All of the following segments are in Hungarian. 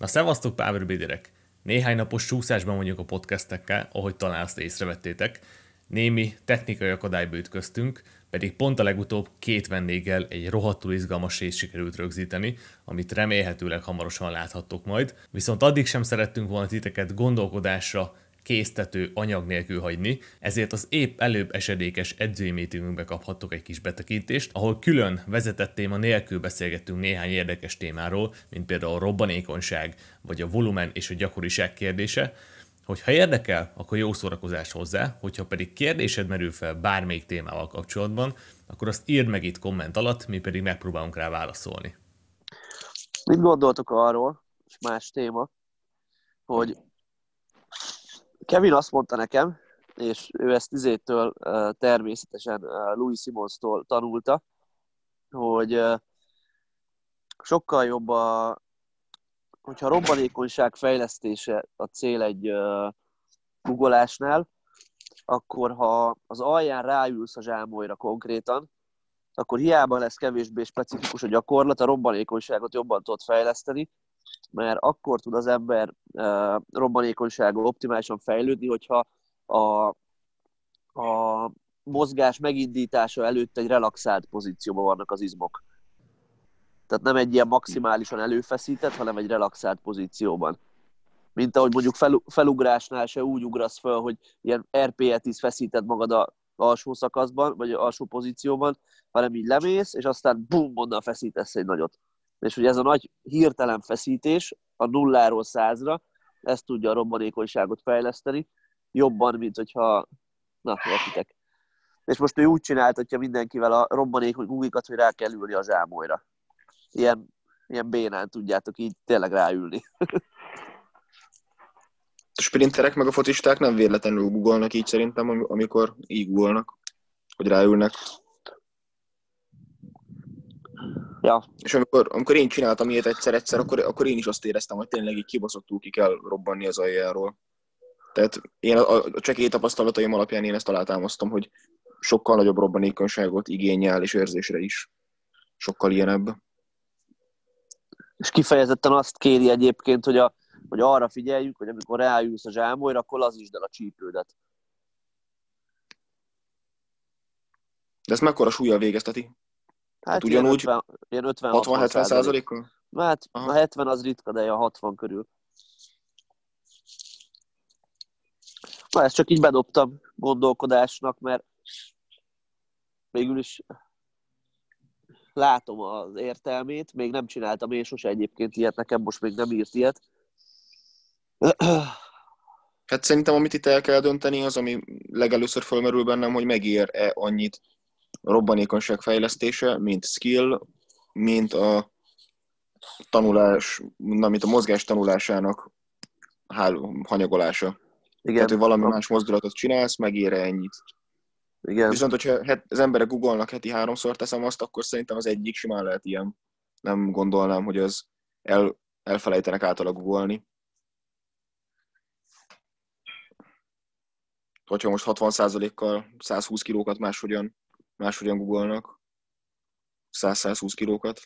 Na szevasztok, Power BD-rek! Néhány napos csúszásban vagyunk a podcastekkel, ahogy talán azt észrevettétek. Némi technikai akadályba ütköztünk, pedig pont a legutóbb 2 vendéggel egy rohadtul izgalmas részt sikerült rögzíteni, amit remélhetőleg hamarosan láthattok majd. Viszont addig sem szerettünk volna titeket gondolkodásra késztető anyag nélkül hagyni, ezért az épp előbb esedékes edzői meetingünkbe kaphattok egy kis betekintést, ahol külön vezetett téma nélkül beszélgettünk néhány érdekes témáról, mint például a robbanékonyság, vagy a volumen és a gyakoriság kérdése. Hogyha érdekel, akkor jó szórakozás hozzá, hogyha pedig kérdésed merül fel bármelyik témával kapcsolatban, akkor azt írd meg itt komment alatt, mi pedig megpróbálunk rá válaszolni. Mit gondoltok arról, és más téma, hogy Kevin azt mondta nekem, és ő ezt izétől természetesen Louis Simonstól tanulta, hogy sokkal jobb, hogyha a robbanékonyság fejlesztése a cél egy googolásnál, akkor ha az alján ráülsz a zsámolyra konkrétan, akkor hiába lesz kevésbé specifikus a gyakorlat, a robbanékonyságot jobban tudod fejleszteni, mert akkor tud az ember robbanékonysága optimálisan fejlődni, hogyha a mozgás megindítása előtt egy relaxált pozícióban vannak az izmok. Tehát nem egy ilyen maximálisan előfeszített, hanem egy relaxált pozícióban. Mint ahogy mondjuk felugrásnál se úgy ugrasz fel, hogy ilyen RPE-10 feszíted magad az alsó szakaszban, vagy az alsó pozícióban, hanem így lemész, és aztán bum, onnan feszítesz egy nagyot. És hogy ez a nagy hirtelen feszítés a 0-ról 100-ra, ez tudja a robbanékonyságot fejleszteni, jobban, mint hogyha, értitek. És most ő úgy csináltatja mindenkivel a robbanékony gugikat, hogy rá kell ülni a zsámolyra. Ilyen bénán tudjátok így tényleg ráülni. A sprinterek meg a focisták nem véletlenül googolnak így szerintem, amikor így googolnak, hogy ráülnek. Ja. És amikor én csináltam ilyet egyszer, akkor én is azt éreztem, hogy tényleg így kibaszottul ki kell robbanni az aljáról. Tehát én a csekély tapasztalataim alapján én ezt alátámasztom, hogy sokkal nagyobb robbanékonyságot igényel és érzésre is. Sokkal ilyenebb. És kifejezetten azt kéri egyébként, hogy arra figyeljünk, hogy amikor ráülsz a zsámolyra, akkor lazítsd el a csípődet. De ezt mekkora súllyal végezteti? Hát ugyanúgy ilyen 50-60%-kal? Hát a 70 az ritka, de a 60 körül. Na, ezt csak így bedobtam gondolkodásnak, mert végül is látom az értelmét, még nem csináltam én sose egyébként ilyet, nekem most még nem írt ilyet. Hát szerintem, amit itt el kell dönteni, az, ami legelőször fölmerül bennem, hogy megér-e annyit a robbanékonyság fejlesztése, mint skill, mint a tanulás, mint a mozgás tanulásának hanyagolása. Igen. Tehát, hogy valami más mozdulatot csinálsz, megér-e ennyit. Igen. Viszont, hogyha az emberek googolnak heti 3-szor teszem azt, akkor szerintem az egyik simán lehet ilyen. Nem gondolnám, hogy az elfelejtenek általa googolni. Hogyha most 60%-kal 120 kilókat máshogyan googolnak. 100-120 kilókat.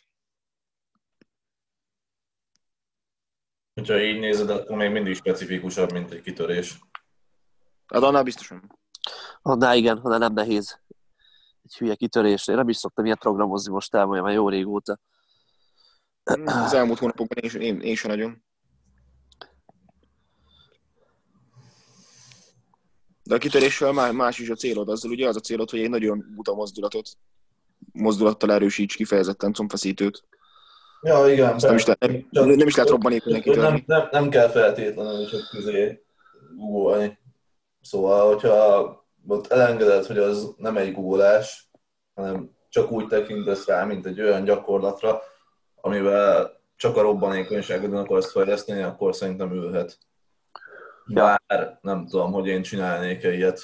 Ha így nézed, akkor még mindig specifikusabb, mint egy kitörés. Hát annál biztosan. Annál igen, annál nem nehéz. Egy hülye kitörés. Én nem is szoktam ilyet programozni most már jó régóta. Az elmúlt hónapokban én sem nagyon. De a kitöréssel más is a célod. Azzal ugye az a célod, hogy egy nagyon buta mozdulattal erősíts kifejezetten combfeszítőt. Ja, igen. Nem is lehet robbanékonyan kitörni. Nem kell feltétlenül csak googolni. Szóval, hogyha ott elengeded, hogy az nem egy googolás, hanem csak úgy tekintesz rá, mint egy olyan gyakorlatra, amivel csak a robbanékonyságodon akarsz fejleszteni, akkor szerintem ülhet. Bár nem tudom, hogy én csinálnék ilyet.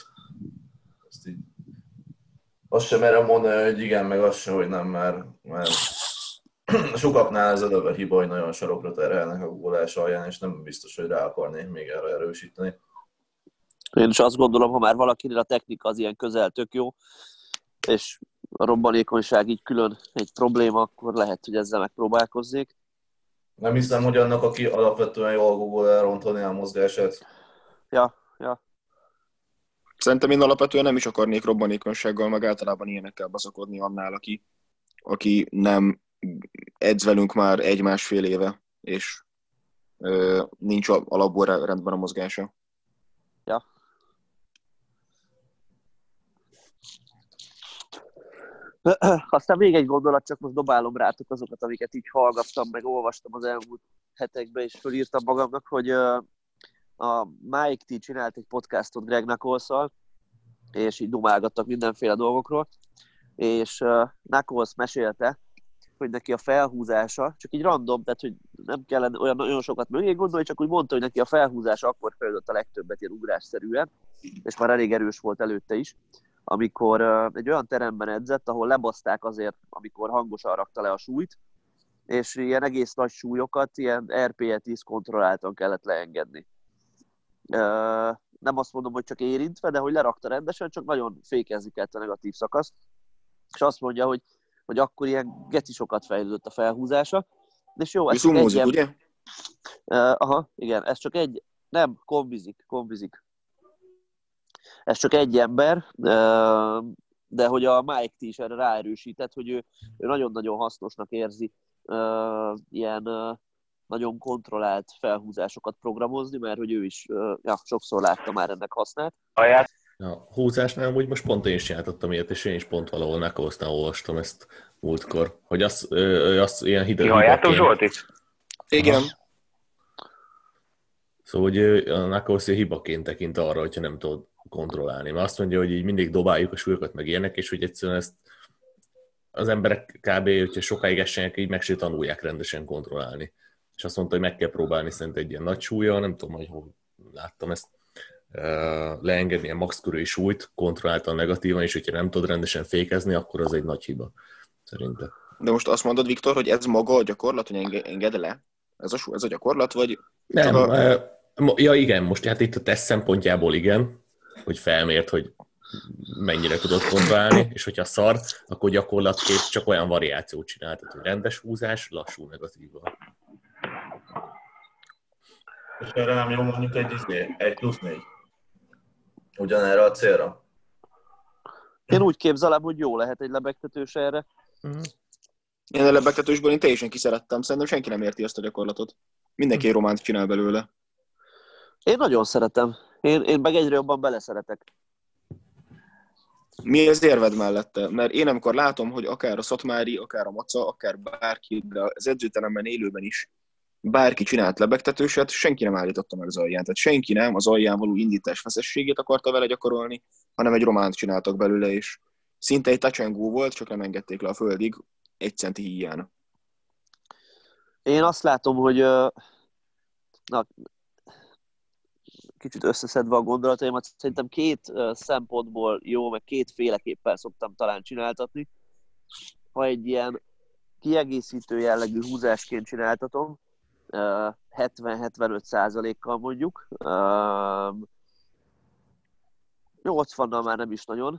Azt sem merem mondani, hogy igen, meg azt sem, hogy nem, mert sokaknál ez a hiba, hogy nagyon sarokra terhelnek a googolás alján, és nem biztos, hogy rá akarnék még erre erősíteni. Én is azt gondolom, ha már valakinél a technika az ilyen közel tök jó, és a robbanékonyság így külön egy probléma, akkor lehet, hogy ezzel megpróbálkozzék. Nem hiszem, hogy annak, aki alapvetően jól Google elrontani a mozgását. Ja. Szerintem én alapvetően nem is akarnék robbanékonysággal, meg általában ilyenekkel baszakodni annál, aki nem edz velünk már 1-1,5 éve, és nincs alapból rendben a mozgása. Ja. Aztán még egy gondolat, csak most dobálom rátok azokat, amiket így hallgattam, meg olvastam az elmúlt hetekben, és fölírtam magamnak, hogy a Mike T csinált egy podcastot Greg Knuckles-szal, és így dumálgattak mindenféle dolgokról, és Knuckles mesélte, hogy neki a felhúzása, csak így random, tehát hogy nem kellene olyan nagyon sokat mögé gondolni, csak úgy mondta, hogy neki a felhúzása akkor fejlődött a legtöbbet ilyen ugrásszerűen, és már elég erős volt előtte is, amikor egy olyan teremben edzett, ahol lebaszták azért, amikor hangosan rakta le a súlyt, és ilyen egész nagy súlyokat ilyen RPE-10 kontrolláltan kellett leengedni. Nem azt mondom, hogy csak érintve, de hogy lerakta rendesen, csak nagyon fékezni kellett a negatív szakaszt. És azt mondja, hogy akkor ilyen geci sokat fejlődött a felhúzása. És jó, ez csak egy... ugye? Aha, igen, ez csak egy... Nem, kombizik. Ez csak egy ember, de hogy a Mike T is erre ráerősített, hogy ő nagyon-nagyon hasznosnak érzi ilyen nagyon kontrollált felhúzásokat programozni, mert hogy ő is sokszor látta már ennek hasznát. A húzásnál amúgy most pont én is csináltattam ilyet, és én is pont valahol Knuckles-nál olvastam ezt múltkor, hogy azt ilyen Ti halljátok Zsoltit? Igen. Szóval, hogy a Knuckles hibaként tekint arra, hogyha nem tudod kontrollálni. Mert azt mondja, hogy így mindig dobáljuk a súlyokat meg ilyenek, és hogy egyszerűen ezt az emberek kb. Hogyha sokáig essenek, így meg se tanulják rendesen kontrollálni. És azt mondta, hogy meg kell próbálni szerint egy ilyen nagy súlya, nem tudom, hogy hol láttam ezt, leengedni a max körüli súlyt, kontrolláltan negatívan, és hogyha nem tudod rendesen fékezni, akkor az egy nagy hiba, szerintem. De most azt mondod, Viktor, hogy ez maga a gyakorlat, hogy enged le? Ez a gyakorlat, vagy... Nem, ja igen, most hát itt a teszt szempontjából igen, hogy felmért, hogy mennyire tudod kontrollálni, és hogyha szar, akkor gyakorlatképp csak olyan variációt csinál, tehát hogy rendes húzás, lassú negatívval. És erre nem jó mondjuk egy 1+4. Ugyanerre a célra. Én úgy képzelem, hogy jó lehet egy lebegtetős erre. Én a lebegtetősből én teljesen kiszerettem. Szerintem senki nem érti ezt a gyakorlatot. Mindenki egy románt csinál belőle. Én nagyon szeretem. Én meg egyre jobban beleszeretek. Mi az érved mellette? Mert én amikor látom, hogy akár a Szatmári, akár a Maca, akár bárki, de az edzőteremben élőben is bárki csinált lebegtetőset, senki nem állította meg az alján. Tehát senki nem az alján való indítás feszességét akarta vele gyakorolni, hanem egy románt csináltak belőle, és szinte egy touch and go volt, csak nem engedték le a földig 1 centi híján. Én azt látom, hogy kicsit összeszedve a gondolataimat, szerintem 2 szempontból jó, meg 2 féleképpen szoktam talán csináltatni. Ha egy ilyen kiegészítő jellegű húzásként csináltatom, 70-75%-kal mondjuk, 80-nal már nem is nagyon,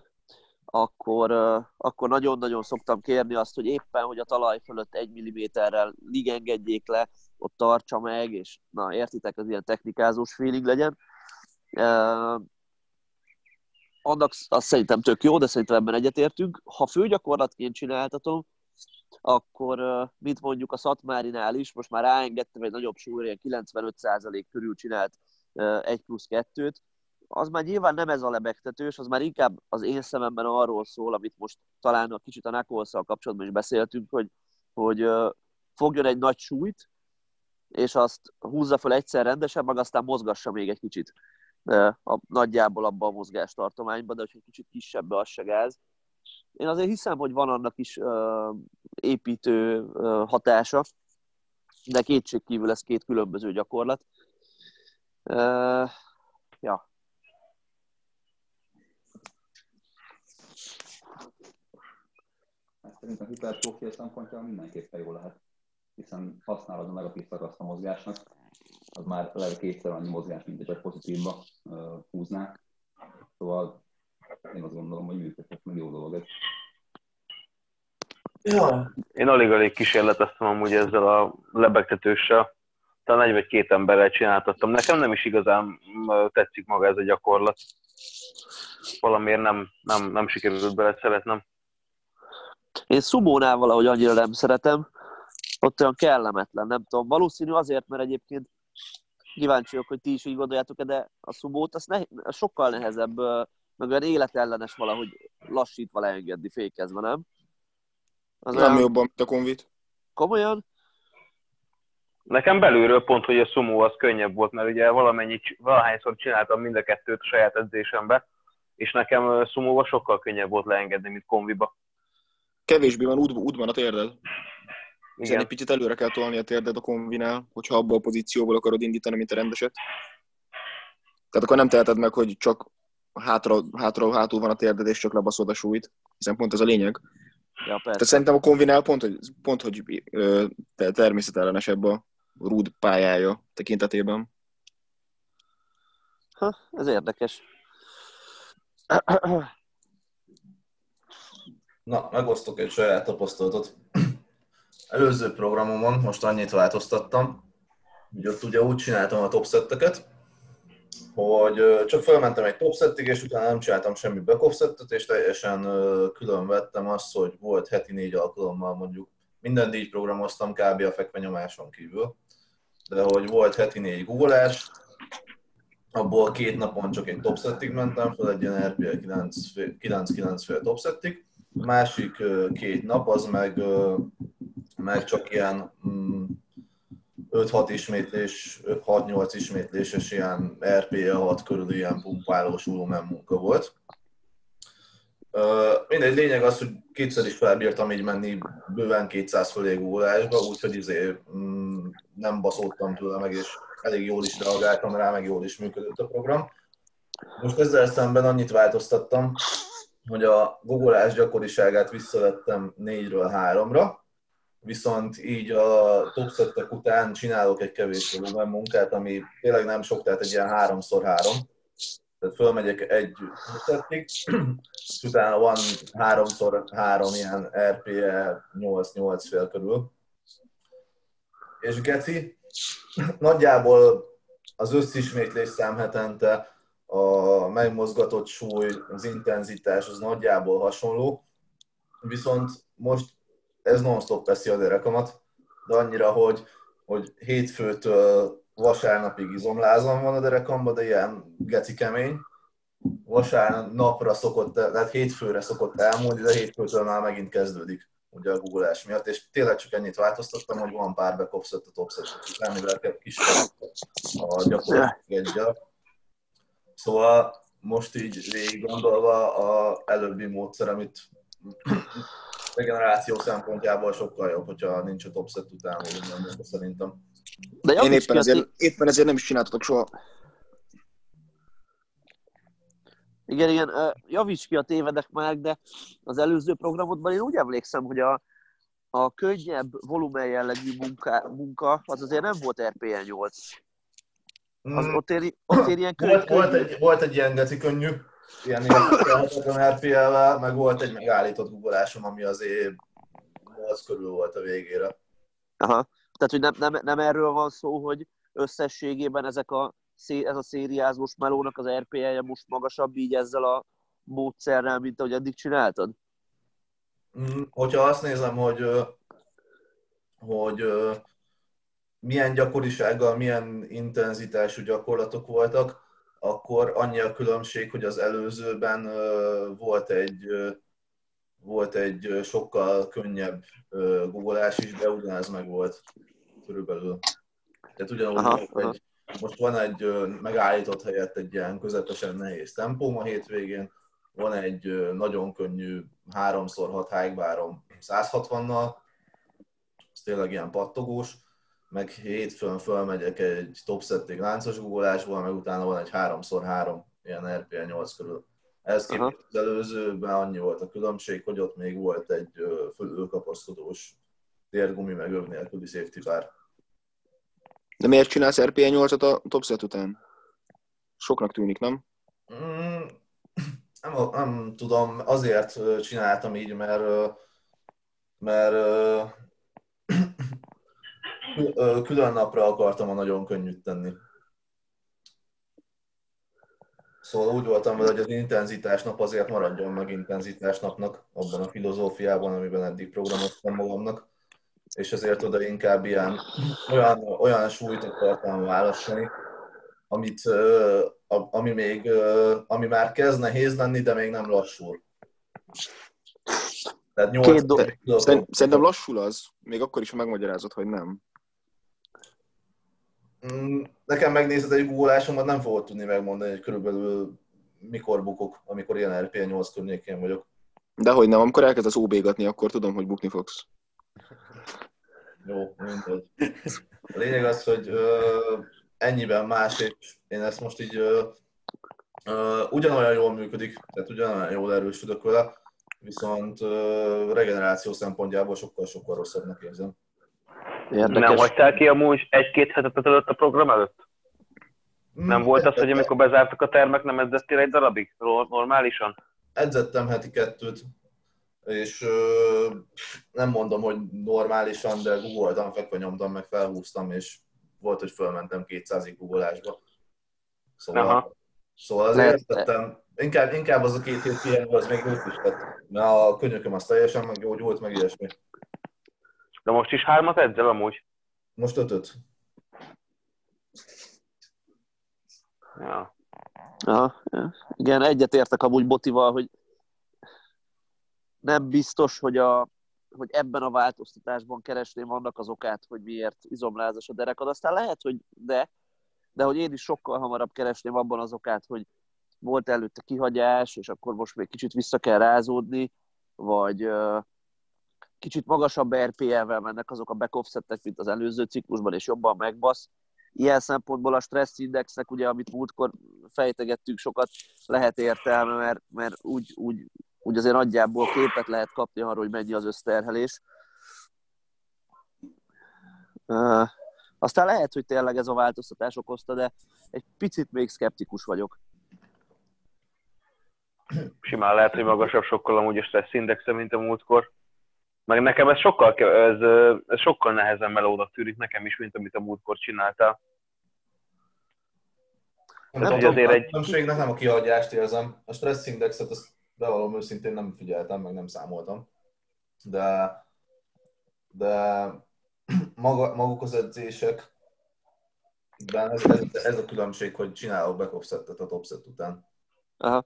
akkor nagyon-nagyon szoktam kérni azt, hogy éppen, hogy a talaj fölött 1 mm-rel ligengedjék le, ott tartsa meg, és na értitek, az ilyen technikázós feeling legyen. Annak azt szerintem tök jó, de szerintem ebben egyetértünk. Ha főgyakorlatként csináltatom, akkor, mint mondjuk a Szatmárinál is, most már ráengedtem egy nagyobb súlyra, ilyen 95% körül csinált 1+2-t, az már nyilván nem ez a lebegtetős, az már inkább az én szememben arról szól, amit most talán a kicsit a Knuckles-szal kapcsolatban is beszéltünk, hogy fogjon egy nagy súlyt, és azt húzza fel egyszer rendesen, meg aztán mozgassa még egy kicsit nagyjából abban a mozgástartományban, de hogyha egy kicsit kisebb, az se gáz. Én azért hiszem, hogy van annak is építő hatása, de kétségkívül ez 2 különböző gyakorlat. Ja. Szerintem hipertrófia szempontjából mindenképpen jó lehet, hiszen használod a negatív szakaszt a mozgásnak, az már legalább 2-szer annyi mozgás, mint egy pozitívba húznák. Szóval én azt gondolom, hogy működhet, meg jó dolog ez. Ja, Én alig-alig kísérleteztem amúgy ezzel a lebegtetőssel. Talán egy vagy két emberrel csináltattam. Nekem nem is igazán tetszik maga ez a gyakorlat. Valamiért nem sikerült bele szeretnem. Én szumónál valahogy annyira nem szeretem, ott olyan kellemetlen, nem tudom. Valószínű azért, mert egyébként kíváncsi vagyok, hogy ti is így gondoljátok, de a szumót az sokkal nehezebb, meg olyan életellenes valahogy lassítva leengedni fékezve, nem? Az Nem olyan... jobban, mint a konvit. Komolyan? Nekem belülről pont, hogy a szumó az könnyebb volt, mert ugye valahányszor csináltam mind a kettőt a saját edzésembe, és nekem szumóval sokkal könnyebb volt leengedni, mint konviba. Kevésbé van útban a térded. Hiszen Igen. egy picit előre kell tolni a térded a konvinál, hogyha abba a pozícióból akarod indítani, mint a rendeset. Tehát akkor nem teheted meg, hogy csak hátul van a térded, és csak lebaszod a súlyt, hiszen pont ez a lényeg. Ja, persze. Tehát szerintem a konvinál pont hogy természetellenesebb a rúd pályája tekintetében. Ez érdekes. na, megosztok egy saját tapasztalatot. Előző programomon most annyit változtattam, hogy ott ugye úgy csináltam a topsetteket, hogy csak felmentem egy topsettig, és utána nem csináltam semmi back-offsettet, és teljesen külön vettem azt, hogy volt heti 4 alkalommal mondjuk. Minden díj programoztam kb. A fekvenyomáson kívül, de hogy volt heti 4 googolás, abból 2 napon csak egy topsettig mentem fel, egy ilyen RPL 9 fél topsettig. A másik 2 nap az meg csak ilyen 5-6 ismétlés, 5-6-8 ismétléses ilyen RPE 6 körül ilyen pumpálós volumen munka volt. Mindegy, lényeg az, hogy kétszer is felbírtam így menni bőven 200 fölé googolásba, úgyhogy nem baszódtam tőle meg, és elég jól is reagáltam rá, meg jól is működött a program. Most ezzel szemben annyit változtattam, hogy a googolás gyakoriságát visszavettem 4-ről 3-ra, viszont így a topsettek után csinálok egy kevés volumen munkát, ami tényleg nem sok, tehát egy ilyen 3x3. Tehát fölmegyek egy topsettig, és utána van 3x3 ilyen RPE 8-8 fél körül. És geci, nagyjából az összismétlés szám hetente, a megmozgatott súly, az intenzitás az nagyjából hasonló, viszont most ez non-stop veszi a derekamat, de annyira, hogy hétfőtől vasárnapig izomlázam van a derekamban, de ilyen geci kemény. Vasárnapra tehát hétfőre szokott elmúlni, de hétfőtől már megint kezdődik ugye a googolás miatt, és tényleg csak ennyit változtattam, hogy van pár back offset a topset, mivel kisebb a gyakorlatilag egyel. Szóval most így végig gondolva az előbbi módszer, amit regeneráció szempontjából sokkal jobb, hogyha nincs a topset után, úgy szerintem. De én éppen ezért nem is csináltatok soha. Igen, javíts ki a tévedek már, de az előző programodban én úgy emlékszem, hogy a könnyebb volumen jellegű munka az azért nem volt RPL 8. Ott ér ilyen volt egy ilyen geci könnyű, ilyen RPL-vel, meg volt egy megállított guggolásom, ami azért 8 körül volt a végére. Aha. Tehát, hogy nem erről van szó, hogy összességében ez a szériázós melónak az RPL-je most magasabb így ezzel a módszerrel, mint ahogy eddig csináltad? Hogyha azt nézem, hogy milyen gyakorisággal, milyen intenzitású gyakorlatok voltak, akkor annyi a különbség, hogy az előzőben volt egy sokkal könnyebb googolás is, de ugyanez meg volt körülbelül. Tehát ugyanúgy most van egy megállított helyett egy ilyen közepesen nehéz tempóm a hétvégén, van egy nagyon könnyű 3x6 high-barom 160-nal, ez tényleg ilyen pattogós, meg hétfőn fölmegyek egy topsettig láncos googolásból, meg utána van egy 3x3 ilyen RPL 8 körül. Ehhez képest az előzőben annyi volt a különbség, hogy ott még volt egy fölülkapaszkodós térdgumi, meg öv nélküli safety bar. De miért csinálsz RPL 8-at a topset után? Soknak tűnik, nem? Nem tudom, azért csináltam így, mert mert külön napra akartam a nagyon könnyűt tenni. Szóval úgy voltam vele, hogy az intenzitás nap azért maradjon meg intenzitás napnak abban a filozófiában, amiben eddig programoztam magamnak, és ezért oda inkább ilyen olyan súlyt akartam választani, ami már kezd nehéz lenni, de még nem lassul. Tehát 8 Szerintem lassul az, még akkor is, ha megmagyarázod, hogy nem. Nekem megnézed egy guggolásomat, nem fogod tudni megmondani, hogy körülbelül mikor bukok, amikor ilyen RPA 8 környékén vagyok. Dehogy nem, amikor elkezdesz OB-gatni, akkor tudom, hogy bukni fogsz. Jó, mindegy. A lényeg az, hogy ennyiben más, és én ezt most így ugyanolyan jól működik, tehát ugyanolyan jól erősödök vele, viszont regeneráció szempontjából sokkal rosszabbnak érzem. Érdekes. Nem hagytál ki amúgy 1-2 hetet ezelőtt a program előtt? Nem volt az, hogy amikor bezártak a termek, nem edzettél egy darabig? Normálisan? Edzettem heti 2, és nem mondom, hogy normálisan, de googoltam, fekve nyomtam, meg felhúztam, és volt, hogy fölmentem 200-ig googolásba. Szóval azért tettem, inkább az a 2 hét pihenő, az még úgy is tett, mert a könyököm az teljesen meggyógyult, meg ilyesmi. De most is 3 edzel amúgy? Most 5. Ja. Ja. Igen, egyetértek amúgy Botival, hogy nem biztos, hogy ebben a változtatásban keresném annak az okát, hogy miért izomlázas a derekad. Aztán lehet, hogy de hogy én is sokkal hamarabb keresném abban az okát, hogy volt előtte kihagyás, és akkor most még kicsit vissza kell rázódni, vagy kicsit magasabb RPL-vel mennek azok a back-offsettek, mint az előző ciklusban, és jobban megbasz. Ilyen szempontból a stressz indexnek, ugye, amit múltkor fejtegettünk sokat, lehet értelme, mert úgy azért nagyjából képet lehet kapni arról, hogy mennyi az összterhelés. Aztán lehet, hogy tényleg ez a változtatás okozta, de egy picit még szkeptikus vagyok. Simán lehet, hogy magasabb sokkal amúgy a stressz indexe, mint a múltkor. Meg nekem ez sokkal nehezen melódnak tűnik nekem is, mint amit a múltkor csináltál. Különbségnek nem a kihagyást érzem. A stressz indexet, azt bevallom őszintén nem figyeltem, meg nem számoltam. De maguk az edzések, ez a különbség, hogy csinálok back offsetet a topset után. Aha.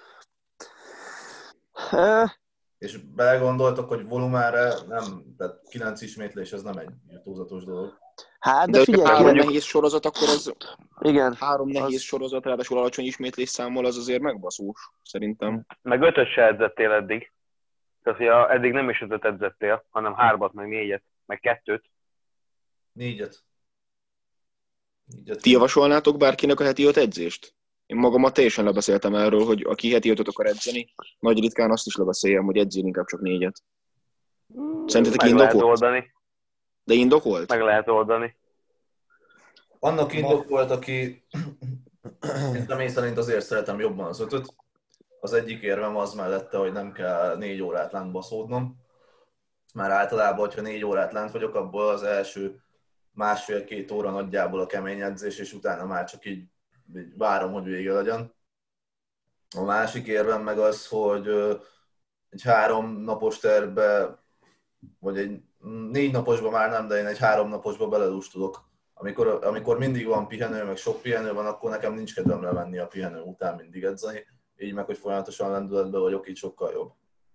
És belegondoltok, hogy volumára nem, tehát 9 ismétlés, ez nem egy túlzatos dolog. Hát, de figyelj, 3 nehéz sorozat, akkor az... Igen. 3 nehéz sorozat, ráadásul alacsony ismétlés számmal, az azért megbaszós, szerintem. Meg 5-öt se edzettél eddig. Tehát, hogy eddig nem is 5-öt edzettél, hanem 3-at, meg 4-et, meg 2-t. 4-et. Ti javasolnátok bárkinek a heti 5 edzést? Én magamat teljesen lebeszéltem erről, hogy aki heti 5-öt akar edzeni, nagy ritkán azt is lebeszéljem, hogy edzél inkább csak 4-et. Szerintetek indokolt? De indokolt? Meg lehet oldani. Annak indokolt, aki én szerint azért szeretem jobban az 5-öt. Az egyik érvem az mellette, hogy nem kell 4 órát lent baszódnom. Már általában, hogyha 4 órát lent vagyok, abból az első 1,5-2 óra nagyjából a kemény edzés, és utána már csak így várom, hogy vége legyen. A másik érvem meg az, hogy egy 3 napos tervbe, vagy egy 4 naposba már nem, de én egy 3 naposba belelustulok. Amikor mindig van pihenő, meg sok pihenő van, akkor nekem nincs kedvem levenni a pihenő után mindig edzeni. Így meg, hogy folyamatosan lendületben vagyok, így sokkal jobb.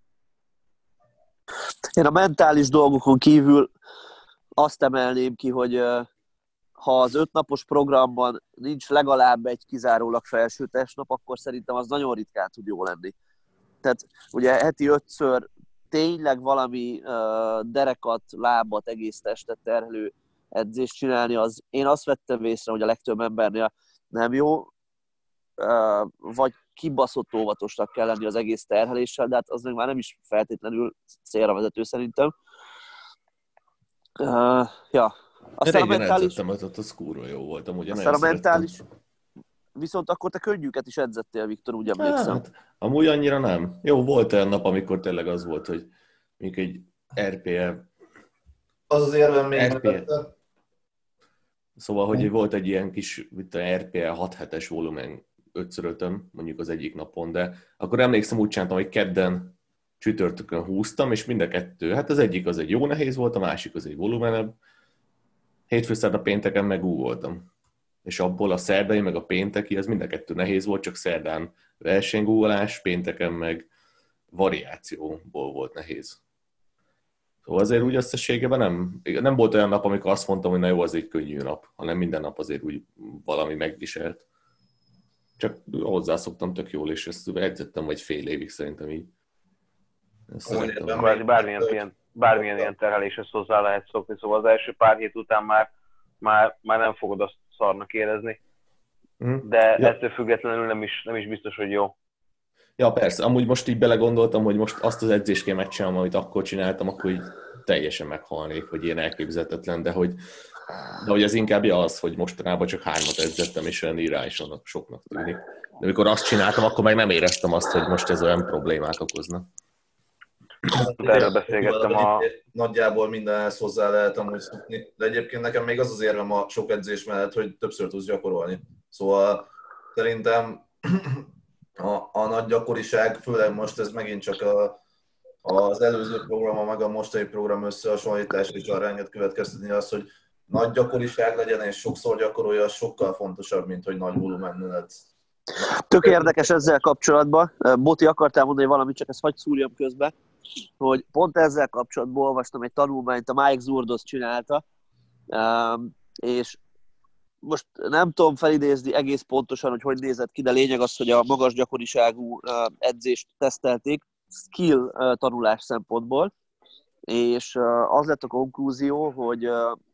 Én a mentális dolgokon kívül azt emelném ki, hogy ha az 5 napos programban nincs legalább egy kizárólag felső testnap, akkor szerintem az nagyon ritkán tud jó lenni. Tehát ugye heti 5-ször tényleg valami derekat, lábat, egész testet terhelő edzést csinálni, az én azt vettem észre, hogy a legtöbb embernél nem jó, vagy kibaszott óvatosnak kell lenni az egész terheléssel, de hát az még már nem is feltétlenül célra vezető szerintem. Ja. Aztán régen edzettem, az kurva jó volt. Amúgy aztán a mentális... Viszont akkor te könnyűket is edzettél, Viktor, úgy emlékszem. Hát, amúgy annyira nem. Jó, volt olyan nap, amikor tényleg az volt, hogy mondjuk egy RPL. Az az érvem még RPL. mellette. Szóval, hogy volt egy ilyen kis RPL 6 hetes volumen 5x5-öm, mondjuk az egyik napon, de akkor emlékszem, úgy csináltam, hogy kedden csütörtökön húztam, és mind a kettő, hát az egyik az egy jó nehéz volt, a másik az egy volumenebb. Hétfő-szerda pénteken megúgoltam. És abból a szerdai meg a pénteki, az mind a kettő nehéz volt, csak szerdán versenygúgolás, pénteken meg variációból volt nehéz. Szóval azért úgy összességében nem volt olyan nap, amikor azt mondtam, hogy na jó, az egy könnyű nap, hanem minden nap azért úgy valami megviselt. Csak hozzászoktam tök jól, és ezt edzettem vagy fél évig szerintem így. Bármilyen ilyen terheléshez hozzá lehet szokni, szóval az első pár hét után már nem fogod azt szarnak érezni. De ettől függetlenül nem is biztos, hogy jó. Ja, persze. Amúgy most így belegondoltam, hogy most azt az edzést kell megcsinálnom, amit akkor csináltam, akkor így teljesen meghalnék, hogy ilyen elképzelhetetlen, de hogy az inkább az, hogy mostanában csak 3 edzettem, és olyan irányosan soknak tűnik. De amikor azt csináltam, akkor meg nem éreztem azt, hogy most ez olyan problémát okozna. Erről beszélgettem Nagyjából mindenhez hozzá lehet amúgy szokni, de egyébként nekem még az érvem a sok edzés mellett, hogy többször tudsz gyakorolni. Szóval szerintem a nagy gyakoriság, főleg most ez megint csak az előző program, meg a mostani program összehasonlítás, és arra enged következtetni az, hogy nagy gyakoriság legyen, és sokszor gyakorolja, az sokkal fontosabb, mint hogy nagy volumennel edz. Tök érdekes ezzel kapcsolatban. Boti, akartál mondani valamit, csak ezt hagyj szúrjam közbe, hogy pont ezzel kapcsolatban olvastam egy tanulmányt, a Mike Zurdos csinálta, és most nem tudom felidézni egész pontosan, hogy nézett ki, de lényeg az, hogy a magas gyakoriságú edzést tesztelték skill tanulás szempontból, és az lett a konklúzió, hogy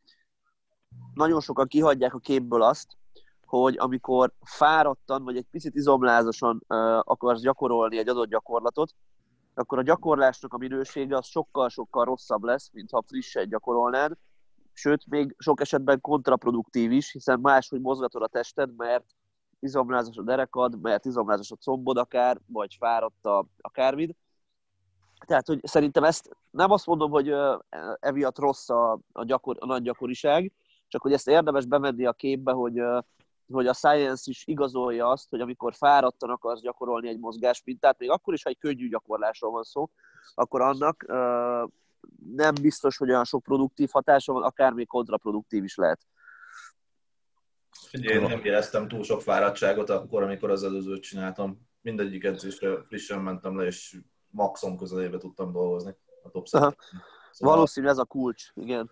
nagyon sokan kihagyják a képből azt, hogy amikor fáradtan, vagy egy picit izomlázosan akarsz gyakorolni egy adott gyakorlatot, akkor a gyakorlásnak a minősége az sokkal-sokkal rosszabb lesz, mint ha frissen gyakorolnád, sőt, még sok esetben kontraproduktív is, hiszen máshogy mozgatod a tested, mert izomlázas a derekad, mert izomlázas a combod akár, vagy fáradt akármid. Tehát, hogy szerintem ezt nem azt mondom, hogy emiatt rossz a nagy gyakoriság, csak hogy ezt érdemes bevenni a képbe, hogy a science is igazolja azt, hogy amikor fáradtan akarsz gyakorolni egy mozgásmintát, még akkor is, ha egy könnyű gyakorlásról van szó, akkor annak nem biztos, hogy olyan sok produktív hatása van, akár még kontraproduktív is lehet. Én nem éreztem túl sok fáradtságot akkor, amikor az előzőt csináltam. Mindegyik edzésre frissen mentem le, és maximum közelébe tudtam dolgozni a top szinten. Szóval... Valószínű ez a kulcs, igen.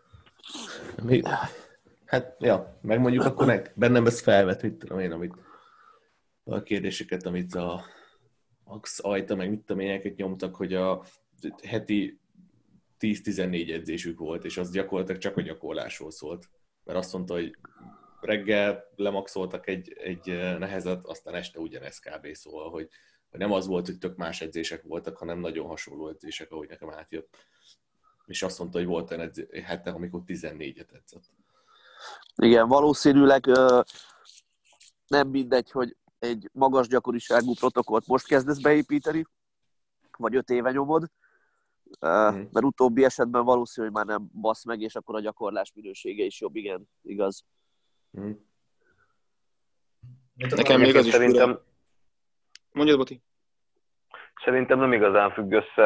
Hát, ja, meg mondjuk akkor bennem ez felvet, mit tudom én, amit a kérdéseket, amit a Max Ajta, meg mit tudom én, nyomtak, hogy a heti 10-14 edzésük volt, és az gyakorlatilag csak a gyakorlásról szólt. Mert azt mondta, hogy reggel lemaxoltak egy nehezet, aztán este ugyanez kb. Szóval, hogy nem az volt, hogy tök más edzések voltak, hanem nagyon hasonló edzések, ahogy nekem átjött. És azt mondta, hogy volt olyan hete, amikor 14-et edzett. Igen, valószínűleg nem mindegy, hogy egy magas gyakoriságú protokollt most kezdesz beépíteni, vagy 5 éve nyomod, mert utóbbi esetben valószínű, hogy már nem basz meg, és akkor a gyakorlás minősége is jobb, igen, igaz. Nekem még az is szerintem... Mondjad, Boti. Szerintem nem igazán függ össze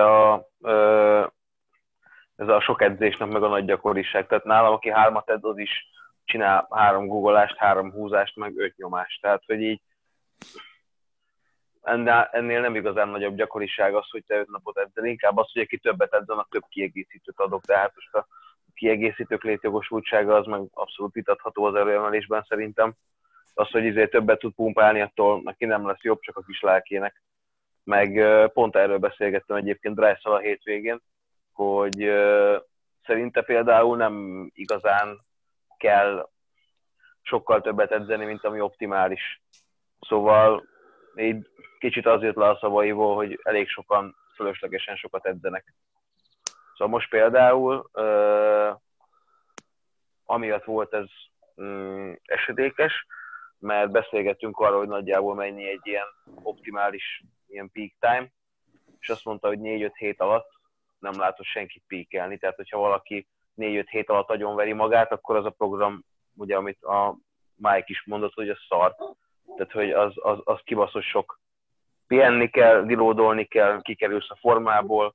ez a sok edzésnek, meg a nagy gyakoriság. Tehát nálam, aki 3 edz, az is csinál 3 guggolást, 3 húzást, meg 5 nyomást. Tehát, hogy így ennél nem igazán nagyobb gyakoriság az, hogy te 5 napot edzel. Inkább az, hogy aki többet edz, annak több kiegészítőt adok. Tehát most a kiegészítők létjogosultsága az meg abszolút vitatható az erőemelésben szerintem. Az, hogy többet tud pumpálni, attól neki nem lesz jobb, csak a kis lelkének. Meg pont erről beszélgettem egyébként Bryce-szal a hétvégén, hogy szerinte például nem igazán kell sokkal többet edzeni, mint ami optimális. Szóval így kicsit az jött le a szavaiból, hogy elég sokan fölöslegesen sokat edzenek. Szóval most például amiatt volt ez esedékes, mert beszélgettünk arról, hogy nagyjából mennyi egy ilyen optimális ilyen peak time, és azt mondta, hogy 4-5 hét alatt nem látott senkit píkelni, tehát hogyha valaki 4-5 hét alatt agyonveri magát, akkor az a program, ugye amit a Mike is mondott, hogy az szar. Tehát, hogy az kibaszott sok. Pihenni kell, dilódolni kell, kikerülsz a formából,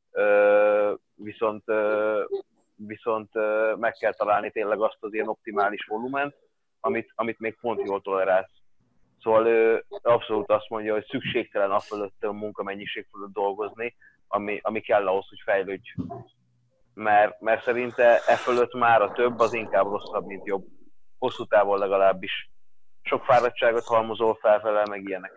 viszont meg kell találni tényleg azt az ilyen optimális volument, amit még pont jól tolerálsz. Szóval ő abszolút azt mondja, hogy szükségtelen afölött a munkamennyiség fölött dolgozni, ami kell ahhoz, hogy fejlődj. Mert szerinte fölött már a több az inkább rosszabb, mint jobb. Hosszú távon legalábbis. Sok fáradtságot halmozol felfele, meg ilyenek.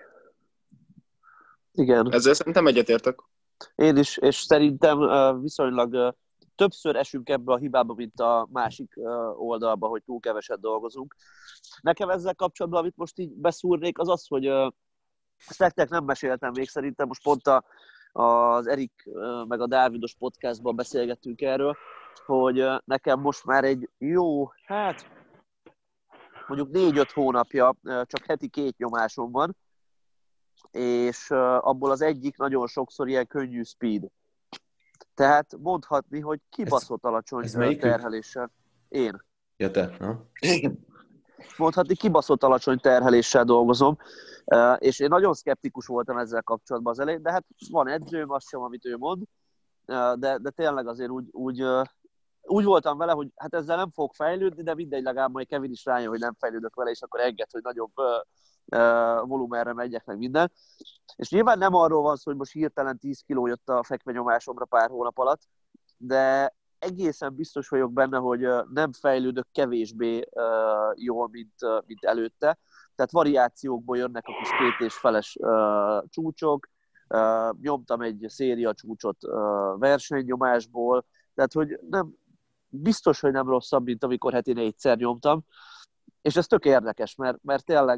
Igen. Ezzel szerintem egyetértek. Én is, és szerintem viszonylag többször esünk ebbe a hibába, mint a másik oldalba, hogy túl keveset dolgozunk. Nekem ezzel kapcsolatban, amit most így beszúrnék, az az, hogy ezt nektek nem meséltem még, szerintem most pont az Erik meg a Dávidos podcastban beszélgettünk erről, hogy nekem most már egy jó, hát mondjuk 4-5 hónapja csak heti 2 nyomásom van, és abból az egyik nagyon sokszor ilyen könnyű speed. Tehát mondhatni, hogy kibaszott alacsony terheléssel. Én. Ja, te. Ha? Mondhatni, kibaszott alacsony terheléssel dolgozom, és én nagyon szkeptikus voltam ezzel kapcsolatban az elején, de hát van edzőm, azt sem, amit ő mond, de tényleg azért úgy voltam vele, hogy hát ezzel nem fog fejlődni, de mindegy, legalább majd Kevin is rájön, hogy nem fejlődök vele, és akkor enged, hogy nagyobb volumenre megyek meg minden. És nyilván nem arról van szó, hogy most hirtelen 10 kiló jött a fekvenyomásomra pár hónap alatt, de egészen biztos vagyok benne, hogy nem fejlődök kevésbé jól, mint előtte. Tehát variációkból jönnek a kis 2,5-es csúcsok, nyomtam egy széria csúcsot versenynyomásból, tehát hogy nem, biztos, hogy nem rosszabb, mint amikor heti 4-szer nyomtam. És ez tök érdekes, mert tényleg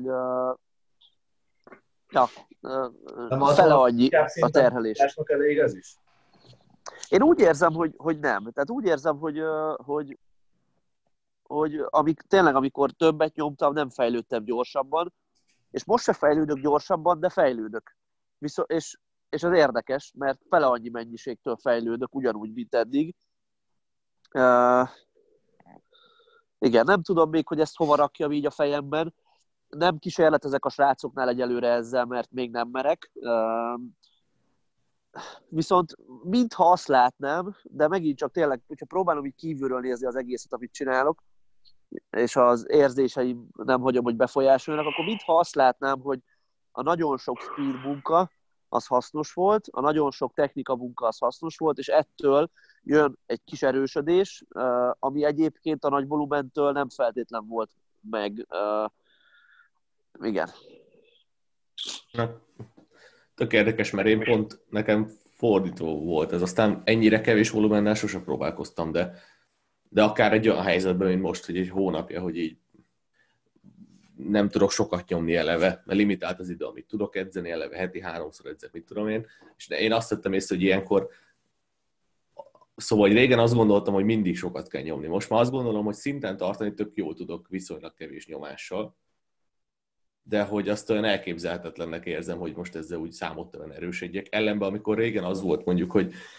fele annyi a terhelés. Elég ez is? Én úgy érzem, hogy nem. Tehát úgy érzem, hogy tényleg amikor többet nyomtam, nem fejlődtem gyorsabban, és most se fejlődök gyorsabban, de fejlődök. És az érdekes, mert fele annyi mennyiségtől fejlődök, ugyanúgy, mint eddig. Igen, nem tudom még, hogy ezt hova rakjam így a fejemben. Nem kísérletezek a srácoknál egyelőre ezzel, mert még nem merek. Viszont mintha azt látnám, de megint csak tényleg, hogyha próbálom így kívülről nézni az egészet, amit csinálok, és az érzéseim nem hagyom, hogy befolyásoljanak, akkor mintha azt látnám, hogy a nagyon sok speed munka az hasznos volt, a nagyon sok technika munka az hasznos volt, és ettől jön egy kis erősödés, ami egyébként a nagy volumentől nem feltétlen volt meg. Igen. Na, tök érdekes, mert én pont nekem fordító volt ez. Aztán ennyire kevés volumennel sosem próbálkoztam, de akár egy olyan helyzetben, mint most, hogy egy hónapja, hogy így nem tudok sokat nyomni eleve, mert limitált az idő, amit tudok edzeni, eleve heti 3-szor edzek, mit tudom én. És én azt vettem észre, hogy ilyenkor, szóval régen azt gondoltam, hogy mindig sokat kell nyomni. Most már azt gondolom, hogy szinten tartani tök jól tudok viszonylag kevés nyomással, de hogy azt olyan elképzelhetetlennek érzem, hogy most ezzel úgy számottelen erősödjek. Ellenben, amikor régen az volt mondjuk,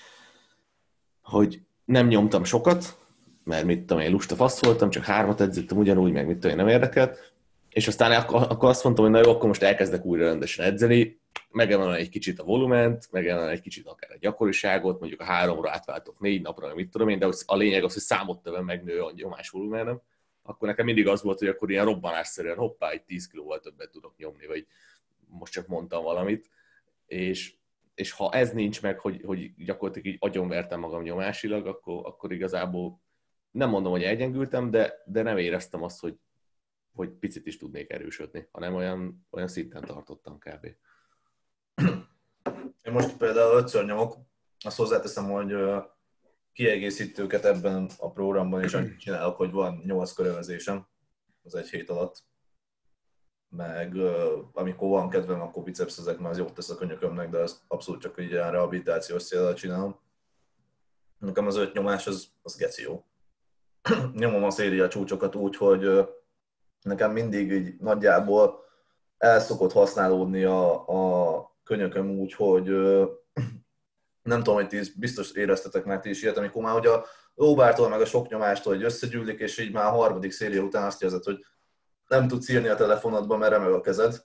hogy nem nyomtam sokat, mert mit tudom én, lusta fasz voltam, csak 3 edzettem ugyanúgy, meg mit tudom én, nem érdekelt, és aztán akkor azt mondtam, hogy na jó, akkor most elkezdek újra rendesen edzeni, megemelem egy kicsit a volument, megemelem egy kicsit akár a gyakoriságot, mondjuk a 3-ra átváltok 4 napra, mit tudom én, de a lényeg az, hogy számottevően megnő a nyomás volumenem, akkor nekem mindig az volt, hogy akkor ilyen robbanásszerűen hoppá, egy 10 kilóval többet tudok nyomni, vagy most csak mondtam valamit, és ha ez nincs meg, hogy gyakorlatilag így agyonvertem magam nyomásilag, akkor igazából nem mondom, hogy elgyengültem, de nem éreztem azt, hogy picit is tudnék erősödni, hanem olyan szinten tartottam kb. Én most például 5-ször nyomok, azt hozzáteszem, hogy kiegészítőket ebben a programban is annyit csinálok, hogy van 8 körövezésem az egy hét alatt. Meg amikor van kedvem, akkor bicepszezek, mert az jót tesz a könyökömnek, de ezt abszolút csak így ilyen rehabilitációs céllal csinálom. Nekem az 5 nyomás, az geci jó. Nyomom a széria csúcsokat úgy, hogy nekem mindig így nagyjából el szokott használódni a könyököm úgy, hogy nem tudom, hogy ti biztos éreztetek már ti is ilyet, amikor már hogy a lóvártól meg a sok nyomástól, hogy összegyűlik, és így már a harmadik széria után azt érzed, hogy nem tudsz írni a telefonodba, mert remeg a kezed.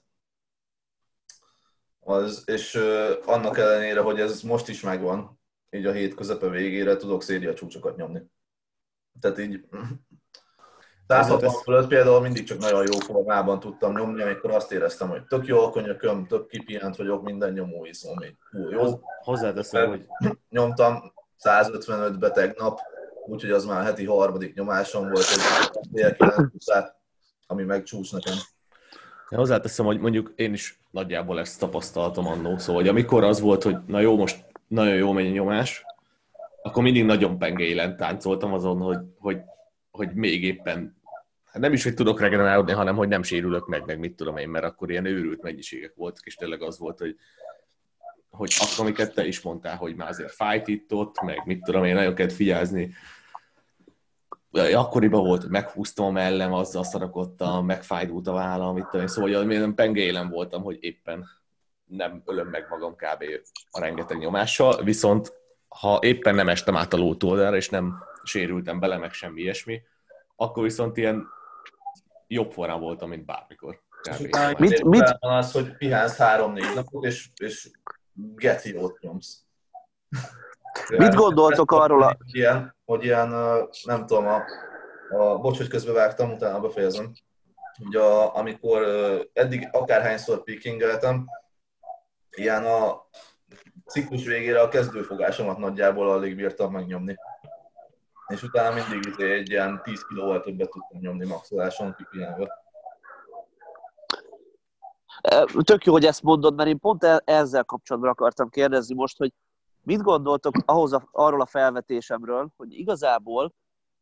És annak ellenére, hogy ez most is megvan, így a hét közepe végére tudok széria csúcsokat nyomni. Tehát így 160 fölött például mindig csak nagyon jó formában tudtam nyomni, amikor azt éreztem, hogy tök jó a könyököm, tök kipihent vagyok, minden nyomó iszom még jó. Hozzáteszem, hogy nyomtam 155-be tegnap, úgyhogy az már heti harmadik nyomásom volt, egy dél 9, ami meg csúcs nekem. hozzáteszem, hogy mondjuk én is nagyjából ezt tapasztaltam annó, szóval hogy amikor az volt, hogy na jó, most nagyon jó megy a nyomás, akkor mindig nagyon pengeilen táncoltam azon, hogy még éppen, hát nem is, hogy tudok regenerálódni, hanem hogy nem sérülök meg mit tudom én, mert akkor ilyen őrült mennyiségek voltak, és tényleg az volt, hogy akkor, amiket te is mondtál, hogy már azért fájt itt ott, meg mit tudom én, nagyon kellett figyelni. Akkoriban volt, hogy meghúztam a mellem, azzal szarakodtam, megfájdult a vállam, mit tudom én, szóval hogy én pengélen voltam, hogy éppen nem ölöm meg magam kb. A rengeteg nyomással, viszont ha éppen nem estem át a lótoldára, és nem sérültem bele, meg semmi ilyesmi, akkor viszont ilyen jobb formán voltam, mint bármikor. Mit van az, hogy pihánsz 3-4 napot, és geci jót nyomsz. Mit gondoltok arról hogy ilyen, nem tudom, bocs, hogy közbevágtam, utána befejezem, hogy amikor eddig akárhányszor peakingeltem, ilyen a ciklus végére a kezdőfogásomat nagyjából alig bírtam megnyomni. És utána mindig egy ilyen 10 kilóval többet tudtam nyomni maxoláson kipihánva. Tök jó, hogy ezt mondod, mert én pont ezzel kapcsolatban akartam kérdezni most, hogy mit gondoltok arról a felvetésemről, hogy igazából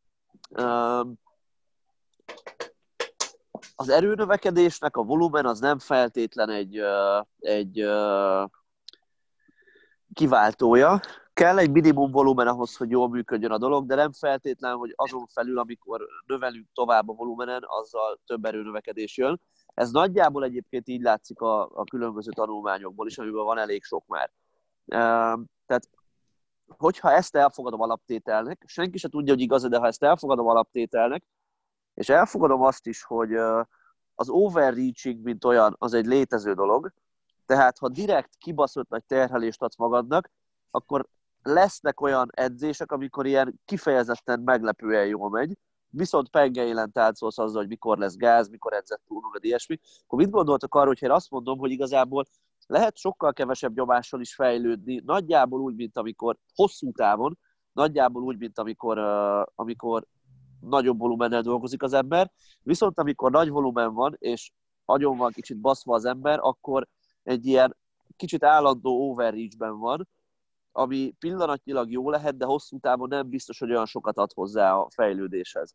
az erőnövekedésnek a volumen az nem feltétlen egy kiváltója. Kell egy minimum volumen ahhoz, hogy jól működjön a dolog, de nem feltétlen, hogy azon felül, amikor növelünk tovább a volumenen, azzal több erőnövekedés jön. Ez nagyjából egyébként így látszik a különböző tanulmányokból is, amiben van elég sok már. Tehát, hogyha ezt elfogadom alaptételnek, senki se tudja, hogy igaz, de ha ezt elfogadom alaptételnek, és elfogadom azt is, hogy az overreaching, mint olyan, az egy létező dolog, tehát ha direkt kibaszott nagy terhelést adsz magadnak, akkor lesznek olyan edzések, amikor ilyen kifejezetten meglepően jól megy, viszont pengeilen táncolsz azzal, hogy mikor lesz gáz, mikor edzett túl magad, ilyesmi. Akkor mit gondoltok arról, hogyha én azt mondom, hogy igazából lehet sokkal kevesebb nyomással is fejlődni, nagyjából úgy, mint amikor hosszú távon, nagyjából úgy, mint amikor nagyobb volumennel dolgozik az ember, viszont amikor nagy volumen van, és agyon van kicsit baszva az ember, akkor egy ilyen kicsit állandó overreachben van, ami pillanatnyilag jó lehet, de hosszú távon nem biztos, hogy olyan sokat ad hozzá a fejlődéshez.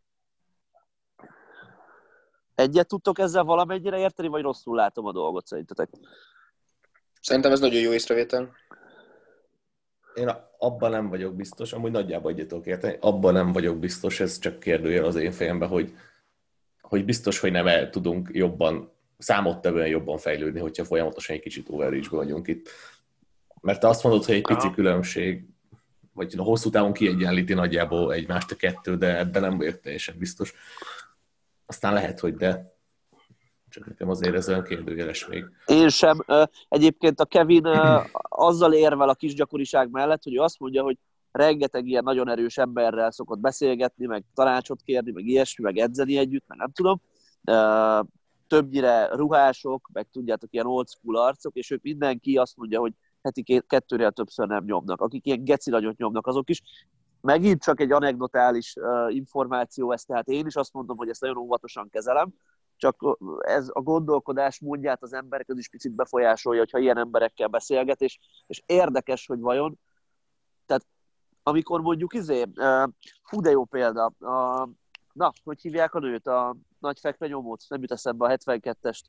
Egyet tudtok ezzel valamennyire érteni, vagy rosszul látom a dolgot szerintetek? Szerintem ez nagyon jó észrevétel. Én abban nem vagyok biztos, amúgy nagyjából egyet tudok érteni, abban nem vagyok biztos, ez csak kérdőjel az én fejemben, hogy biztos, hogy nem tudunk jobban, számottevően jobban fejlődni, hogyha folyamatosan egy kicsit overreachben vagyunk itt. Mert te azt mondod, hogy egy pici különbség, vagy a hosszú távon kiegyenlíti nagyjából egymást a kettő, de ebben nem vagyok teljesen biztos. Aztán lehet, hogy de. Csak nekem azért ez olyan kérdőjeles még. Én sem. Egyébként a Kevin azzal érvel a kis gyakoriság mellett, hogy ő azt mondja, hogy rengeteg ilyen nagyon erős emberrel szokott beszélgetni, meg tanácsot kérni, meg ilyesmi, meg edzeni együtt, meg nem tudom. Többnyire ruhások, meg tudjátok, ilyen old school arcok, és ők mindenki azt mondja, hogy heti 2-nél többször nem nyomnak. Akik ilyen geci nagyot nyomnak, azok is. Megint csak egy anekdotális információ ez, tehát én is azt mondom, hogy ezt nagyon óvatosan kezelem, csak ez a gondolkodás módját az emberek az is picit befolyásolja, hogyha ilyen emberekkel beszélget, és érdekes, hogy vajon, tehát amikor mondjuk fú de jó példa, hogy hívják a nőt, a nagy fekvenyomót, nem jut eszembe a 72-est.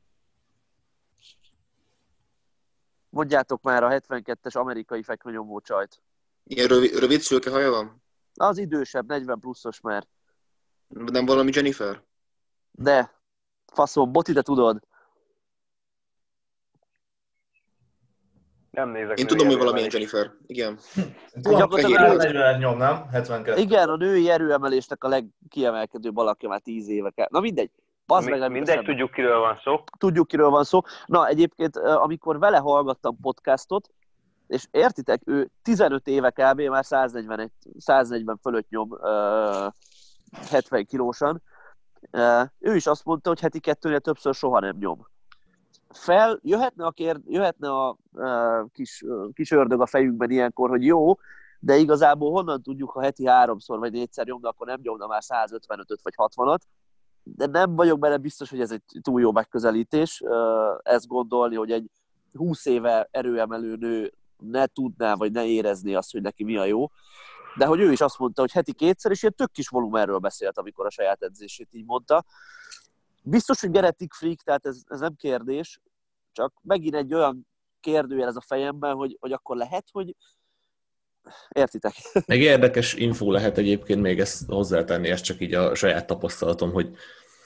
Mondjátok már a 72-es amerikai fekvenyomó csajt. Ilyen rövid szőke haja van? Az idősebb, 40 pluszos már. Nem valami Jennifer? De, faszom, Boti, te tudod. Nem nézek. Én tudom, hogy valamilyen Jennifer. Igen. Tudom, Gyakorlatilag 40 nyom, nem? 72. igen, a női erőemelésnek a legkiemelkedőbb alakja már 10 éve kell. Na mindegy. Bazd meg, Mindegy, tudjuk, kiről van szó. Tudjuk, kiről van szó. Na, egyébként, amikor vele hallgattam podcastot, és értitek, ő 15 éve kb. Már 140 fölött nyom 70 kilósan. Ő is azt mondta, hogy heti 2-nél többször soha nem nyom. Jöhetne a kis ördög a fejünkben ilyenkor, hogy jó, de igazából honnan tudjuk, ha heti 3-szor vagy 4-szer nyomna, akkor nem nyomna már 155-öt vagy 60-at. De nem vagyok benne biztos, hogy ez egy túl jó megközelítés. Ezt gondolni, hogy egy 20 éve erőemelő nő ne tudná, vagy ne érezné azt, hogy neki mi a jó. De hogy ő is azt mondta, hogy heti 2-szer, és ilyen tök kis volumenről beszélt, amikor a saját edzését így mondta. Biztos, hogy genetic freak, tehát ez nem kérdés, csak megint egy olyan kérdőjel ez a fejemben, hogy akkor lehet, hogy értitek. Meg érdekes infó lehet egyébként még ezt hozzátenni, ez csak így a saját tapasztalatom, hogy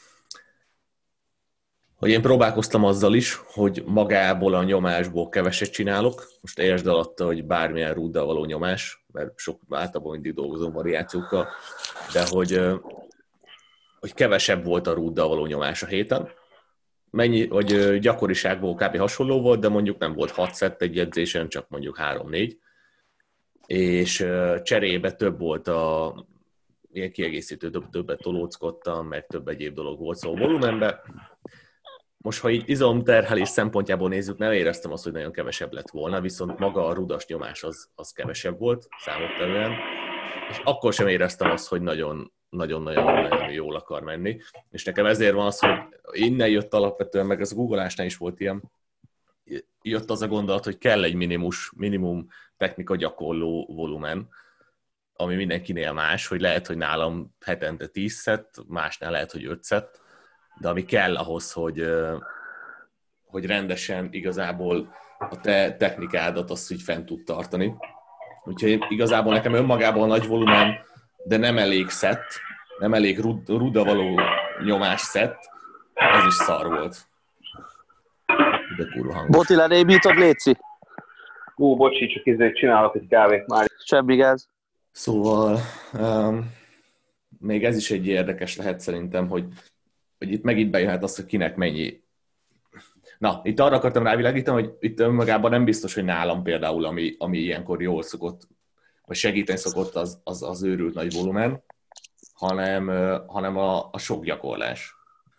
én próbálkoztam azzal is, hogy magából a nyomásból keveset csinálok. Most értsd alatta, hogy bármilyen rúddal való nyomás, mert sok általában mindig dolgozom variációkkal, de hogy kevesebb volt a rúddal való nyomás a héten. Hogy gyakoriságból kb. Hasonló volt, de mondjuk nem volt 6 szett egy edzésen, csak mondjuk 3-4. És cserébe több volt ilyen kiegészítő, többet tolóckodtam, meg több egyéb dolog volt, szóval volumenben. Most, ha így izomterhelés szempontjából nézzük, nem éreztem azt, hogy nagyon kevesebb lett volna, viszont maga a rudas nyomás az kevesebb volt számottevően, és akkor sem éreztem azt, hogy nagyon jól akar menni. És nekem ezért van az, hogy innen jött alapvetően, meg az a googolásnál is volt ilyen, jött az a gondolat, hogy kell egy minimum technika gyakorló volumen, ami mindenkinél más, hogy lehet, hogy nálam hetente 10 szett, másnál lehet, hogy 5 szett, de ami kell ahhoz, hogy rendesen igazából a te technikádat azt így fent tud tartani. Úgyhogy igazából nekem önmagában nagy volumen, de nem elég szett, nem elég ruda való nyomás szett, ez is szar volt. De kurva hangos. Boti, lenémítod, léci? Bocsi, csak csinálok egy kávét már. Semmi gáz. Szóval még ez is egy érdekes lehet szerintem, hogy itt megint bejöhet az, hogy kinek mennyi. Na, itt arra akartam rávilágítani, hogy itt önmagában nem biztos, hogy nálam például, ami ilyenkor jól szokott, vagy segíteni szokott az őrült nagy volumen, hanem a sok gyakorlás.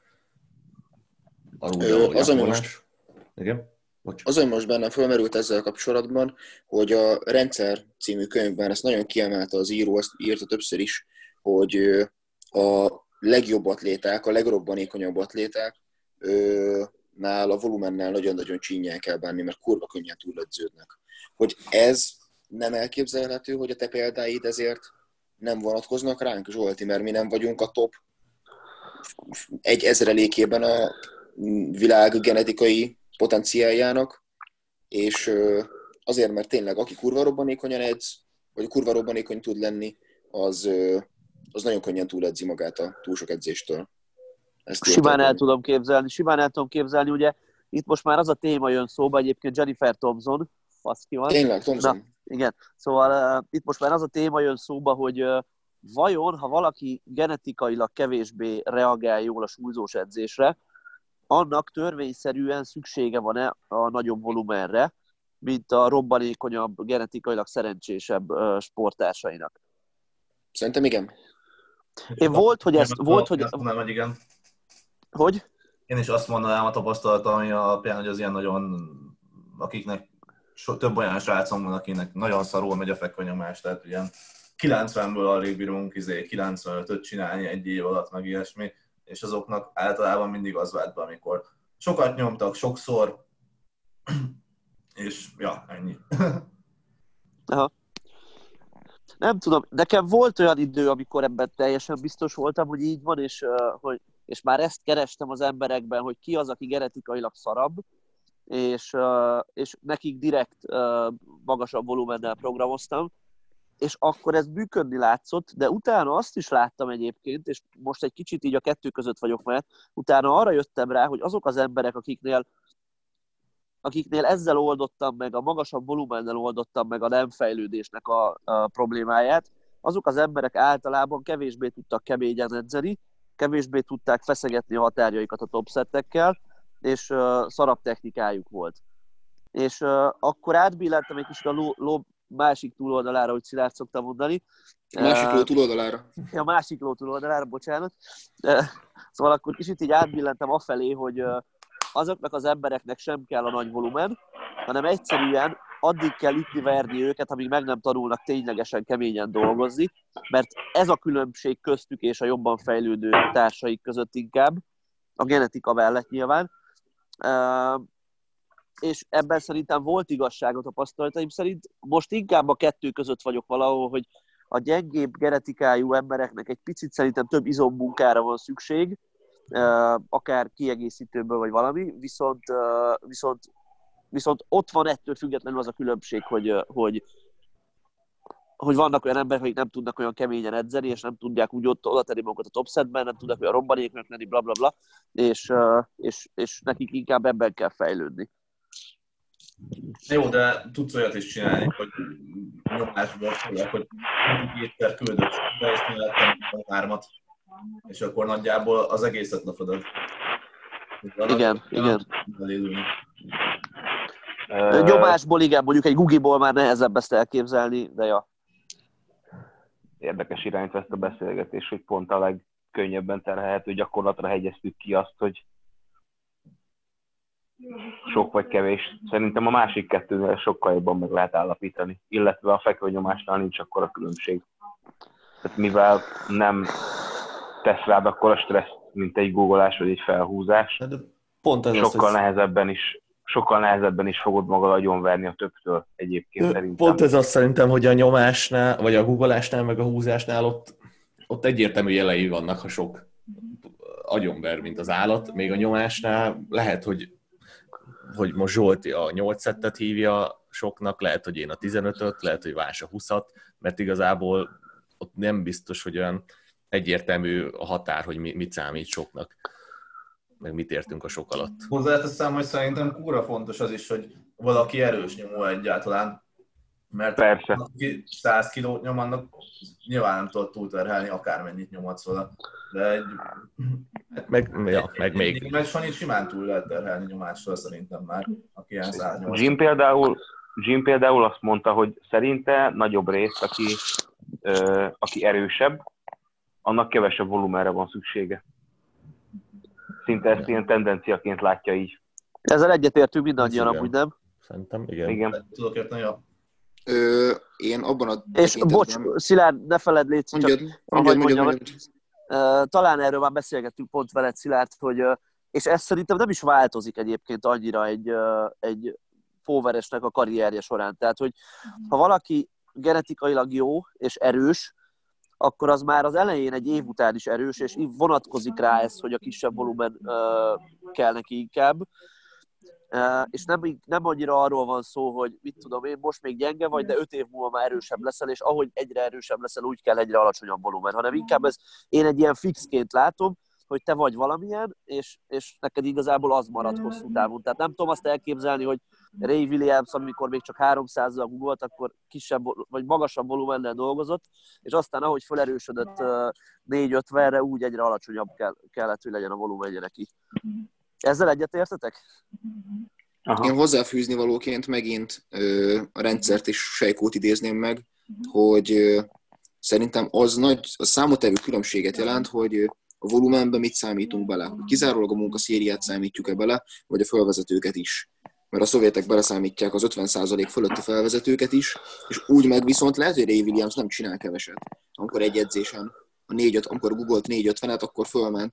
A Az, ami most... Igen? Bocs. Az, ami most bennem fölmerült ezzel kapcsolatban, hogy a Rendszer című könyvben ezt nagyon kiemelte az író, ezt írta többször is, hogy a legjobb atléták, a legrobbanékonyabb atléták nál a volumennel nagyon-nagyon csínyán kell bánni, mert kurva könnyen túledződnek. Hogy ez nem elképzelhető, hogy a te példáid ezért nem vonatkoznak ránk, Zsolti, mert mi nem vagyunk a top 1000-ében a világ genetikai potenciáljának, és azért, mert tényleg aki kurva robbanékonyan edz, vagy kurva robbanékony tud lenni, az nagyon könnyen túledzi magát a túl sok edzéstől. Simán el tudom képzelni, ugye itt most már az a téma jön szóba, egyébként Jennifer Thompson, fasz ki van. Tényleg, Thompson? Na, igen, szóval itt most már az a téma jön szóba, hogy vajon, ha valaki genetikailag kevésbé reagál jól a súlyzós edzésre, annak törvényszerűen szüksége van-e a nagyobb volumenre, mint a robbanékonyabb, genetikailag szerencsésebb sportársainak? Szerintem igen. Nem, igen. Hogy? Én is azt mondanám a tapasztalatom alapján, hogy az ilyen nagyon, akiknek több olyan srácom van, akinek nagyon szarul megy a fekvőnyomás, tehát ilyen 90-ből alig bírunk 95-öt csinálni egy év alatt, meg ilyesmi, és azoknak általában mindig az vált be, amikor sokat nyomtak, sokszor, és ja, ennyi. Aha. Nem tudom, nekem volt olyan idő, amikor ebben teljesen biztos voltam, hogy így van, és már ezt kerestem az emberekben, hogy ki az, aki genetikailag szarabb, és nekik direkt magasabb volumennel programoztam, és akkor ez működni látszott, de utána azt is láttam egyébként, és most egy kicsit így a kettő között vagyok, mert utána arra jöttem rá, hogy azok az emberek, akiknél akiknél ezzel oldottam meg, a magasabb volumennel oldottam meg a nem fejlődésnek a problémáját, azok az emberek általában kevésbé tudtak keményen edzeni, kevésbé tudták feszegetni a határjaikat a topsettekkel, és szarabb technikájuk volt. És akkor átbillentem egy kicsit a ló másik túloldalára, hogy Szilárd szokta mondani. A másik ló túloldalára. A másik ló túloldalára, bocsánat. Szóval akkor kicsit így átbillentem afelé, hogy azoknak az embereknek sem kell a nagy volumen, hanem egyszerűen addig kell ütni-verni őket, amíg meg nem tanulnak ténylegesen keményen dolgozni, mert ez a különbség köztük és a jobban fejlődő társaik között inkább, a genetika mellett nyilván. És ebben szerintem volt igazság a tapasztalataim szerint. Most inkább a kettő között vagyok valahol, hogy a gyengébb genetikájú embereknek egy picit szerintem több izommunkára van szükség, akár kiegészítőből vagy valami, viszont ott van ettől függetlenül az a különbség, hogy vannak olyan emberek, akik nem tudnak olyan keményen edzeni, és nem tudják úgy oda tenni magukat a topsetben, nem tudnak olyan robbanéknak lenni, blablabla, és nekik inkább ebben kell fejlődni. Jó, de tudsz olyat is csinálni, hogy nyomásból fogják, hogy kétszer küldött, és lettem a 3-at, és akkor nagyjából az egészet lefeded. Igen. Belélülni. Nyomásból igen, mondjuk egy Gugiból már nehezebb ezt elképzelni, de ja. Érdekes irányt vett a beszélgetés, hogy pont a legkönnyebben terhelhető gyakorlatra hegyeztük ki azt, hogy sok vagy kevés. Szerintem a másik kettőnél sokkal jobban meg lehet állapítani, illetve a fekvőnyomásnál nincs akkora különbség. Tehát mivel nem tesz rád akkora stressz, mint egy googolás vagy egy felhúzás, de pont ez sokkal nehezebben is fogod magad agyonverni a többtől egyébként szerintem. Pont ez azt szerintem, hogy a nyomásnál, vagy a googolásnál, meg a húzásnál ott egyértelmű jelei vannak, ha sok agyonver, mint az állat. Még a nyomásnál lehet, hogy most Zsolti a 8 szettet hívja soknak, lehet, hogy én a 15-öt, lehet, hogy Vás a 20-at, mert igazából ott nem biztos, hogy olyan egyértelmű a határ, hogy mit számít soknak, meg mit értünk a sok alatt. Hozzáteszem, hogy szerintem kúra fontos az is, hogy valaki erős nyomó egyáltalán, mert persze. Aki 100 kilót nyom, annak nyilván nem tudod túlterhelni, akármennyit nyomadsz vele. De egy... meg még. Mert Sanyit simán túl lehet terhelni nyomással szerintem már, aki ilyen 180. Jim például azt mondta, hogy szerinte nagyobb részt, aki erősebb, annak kevesebb volumenre van szüksége. Szinte ezt ilyen tendenciaként látja így. Ezzel egyetértünk mindannyian, amúgy nem? Szerintem, igen. Tudok érteni, jó. Én abban a... És bocs, Szilárd, ne feledd, légy mondjad. Talán erről már beszélgettünk pont veled, Szilárd, hogy, és ez szerintem nem is változik egyébként annyira egy póveresnek a karrierje során. Tehát, hogy ha valaki genetikailag jó és erős, akkor az már az elején egy év után is erős, és így vonatkozik rá ez, hogy a kisebb volumen kell neki inkább. És nem annyira arról van szó, hogy mit tudom én, most még gyenge vagy, de 5 év múlva már erősebb leszel, és ahogy egyre erősebb leszel, úgy kell egyre alacsonyabb volumen, hanem inkább én egy ilyen fixként látom, hogy te vagy valamilyen, és neked igazából az marad hosszú távon. Tehát nem tudom azt elképzelni, hogy Ray Williams, amikor még csak 300-zal googolt, akkor kisebb vagy magasabb volumennel dolgozott, és aztán ahogy felerősödött 4-50-re, úgy egyre alacsonyabb kellett, hogy legyen a volumenje neki. Ezzel egyetértetek? Aha. Én hozzáfűzni valóként megint a rendszert és Sejkót idézném meg, hogy szerintem az számottevő különbséget jelent, hogy a volumenben mit számítunk bele. Hogy kizárólag a munkaszériát számítjuk-e bele, vagy a felvezetőket is. Mert a szovjetek beleszámítják az 50% fölötti felvezetőket is, és úgy meg viszont lehet, hogy Ray Williams nem csinál keveset. Amikor egy edzésen, amikor googolt 450-et, akkor fölment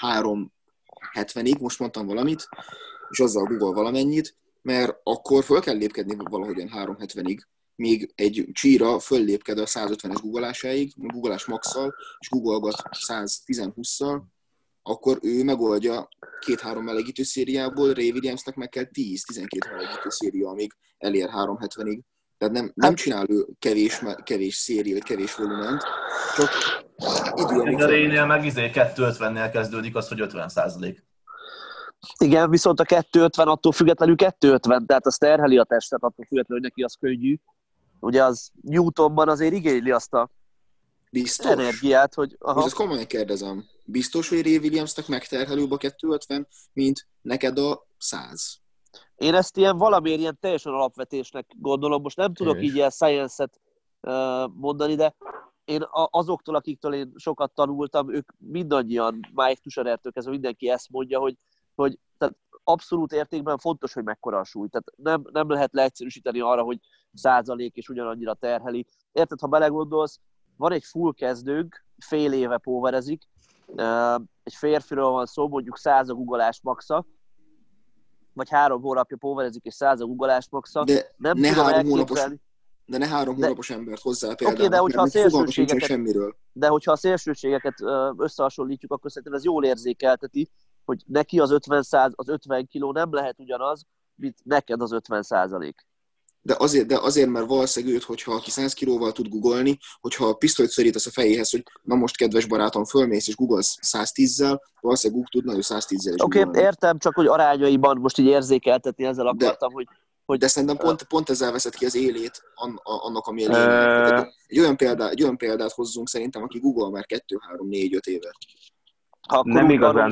370-ig, most mondtam valamit, és azzal Google valamennyit, mert akkor föl kell lépkedni valahogyan 370-ig, míg egy Csíra föllépked a 150-es googolásáig, googolás maxszal, és googolgat 110-20-szal, akkor ő megoldja 2-3 melegítő szériából, Ray Williamsnek meg kell 10-12 melegítő széria, amíg elér 370-ig. Tehát nem csinál ő kevés széria, vagy kevés volument, csak idő, amíg... A Ray-nél meg 250-nél kezdődik az, hogy 50%. Igen, viszont a 250 attól függetlenül 250, tehát az terheli a testet attól függetlenül, hogy neki az könnyű. Ugye az Newtonban azért igényli azt a Biztos? energiát, hogy... Most ezt komolyan kérdezem. Biztos, hogy Ray Williamsnek megterhelőbb a 250, mint neked a 100? Én ezt valamiért ilyen teljesen alapvetésnek gondolom. Most nem tudok így ilyen science-et mondani, de én azoktól, akiktől én sokat tanultam, ők mindannyian, Mike Tusherertől kezdve mindenki ezt mondja, hogy tehát abszolút értékben fontos, hogy mekkora a súly. Tehát nem lehet leegyszerűsíteni arra, hogy 100% és ugyanannyira terheli. Érted, ha belegondolsz, van egy full kezdőnk, fél éve póverezik, egy férfiről van szó, mondjuk 100 a guggolás maxa, vagy 3 hónapja póverezik és 100 a guggolás maxa. De nem ne tudom 3 elképzelni. De ne 3 hónapos embert hozzá például, Oké, de hogyha mert fogalma sincsen semmiről. De hogyha a szélsőségeket összehasonlítjuk, akkor szerintem ez jól érzékelteti, hogy neki az 50 kiló nem lehet ugyanaz, mint neked az 50%. De azért, mert valószínűleg őt, hogyha aki 100 kilóval tud googolni, hogyha pisztolyt szorítasz a fejéhez, hogy na most, kedves barátom, fölmész és googolsz 110-zel, valószínűleg tudna ő 110-zel is Oké, értem, csak hogy arányaiban most így érzékeltetni, ezzel akartam, hogy... De szerintem pont ezzel veszed ki az élét annak, ami a lényeg. Egy olyan példát hozzunk szerintem, aki Google már 2, 3, 4, 5 éve. Nem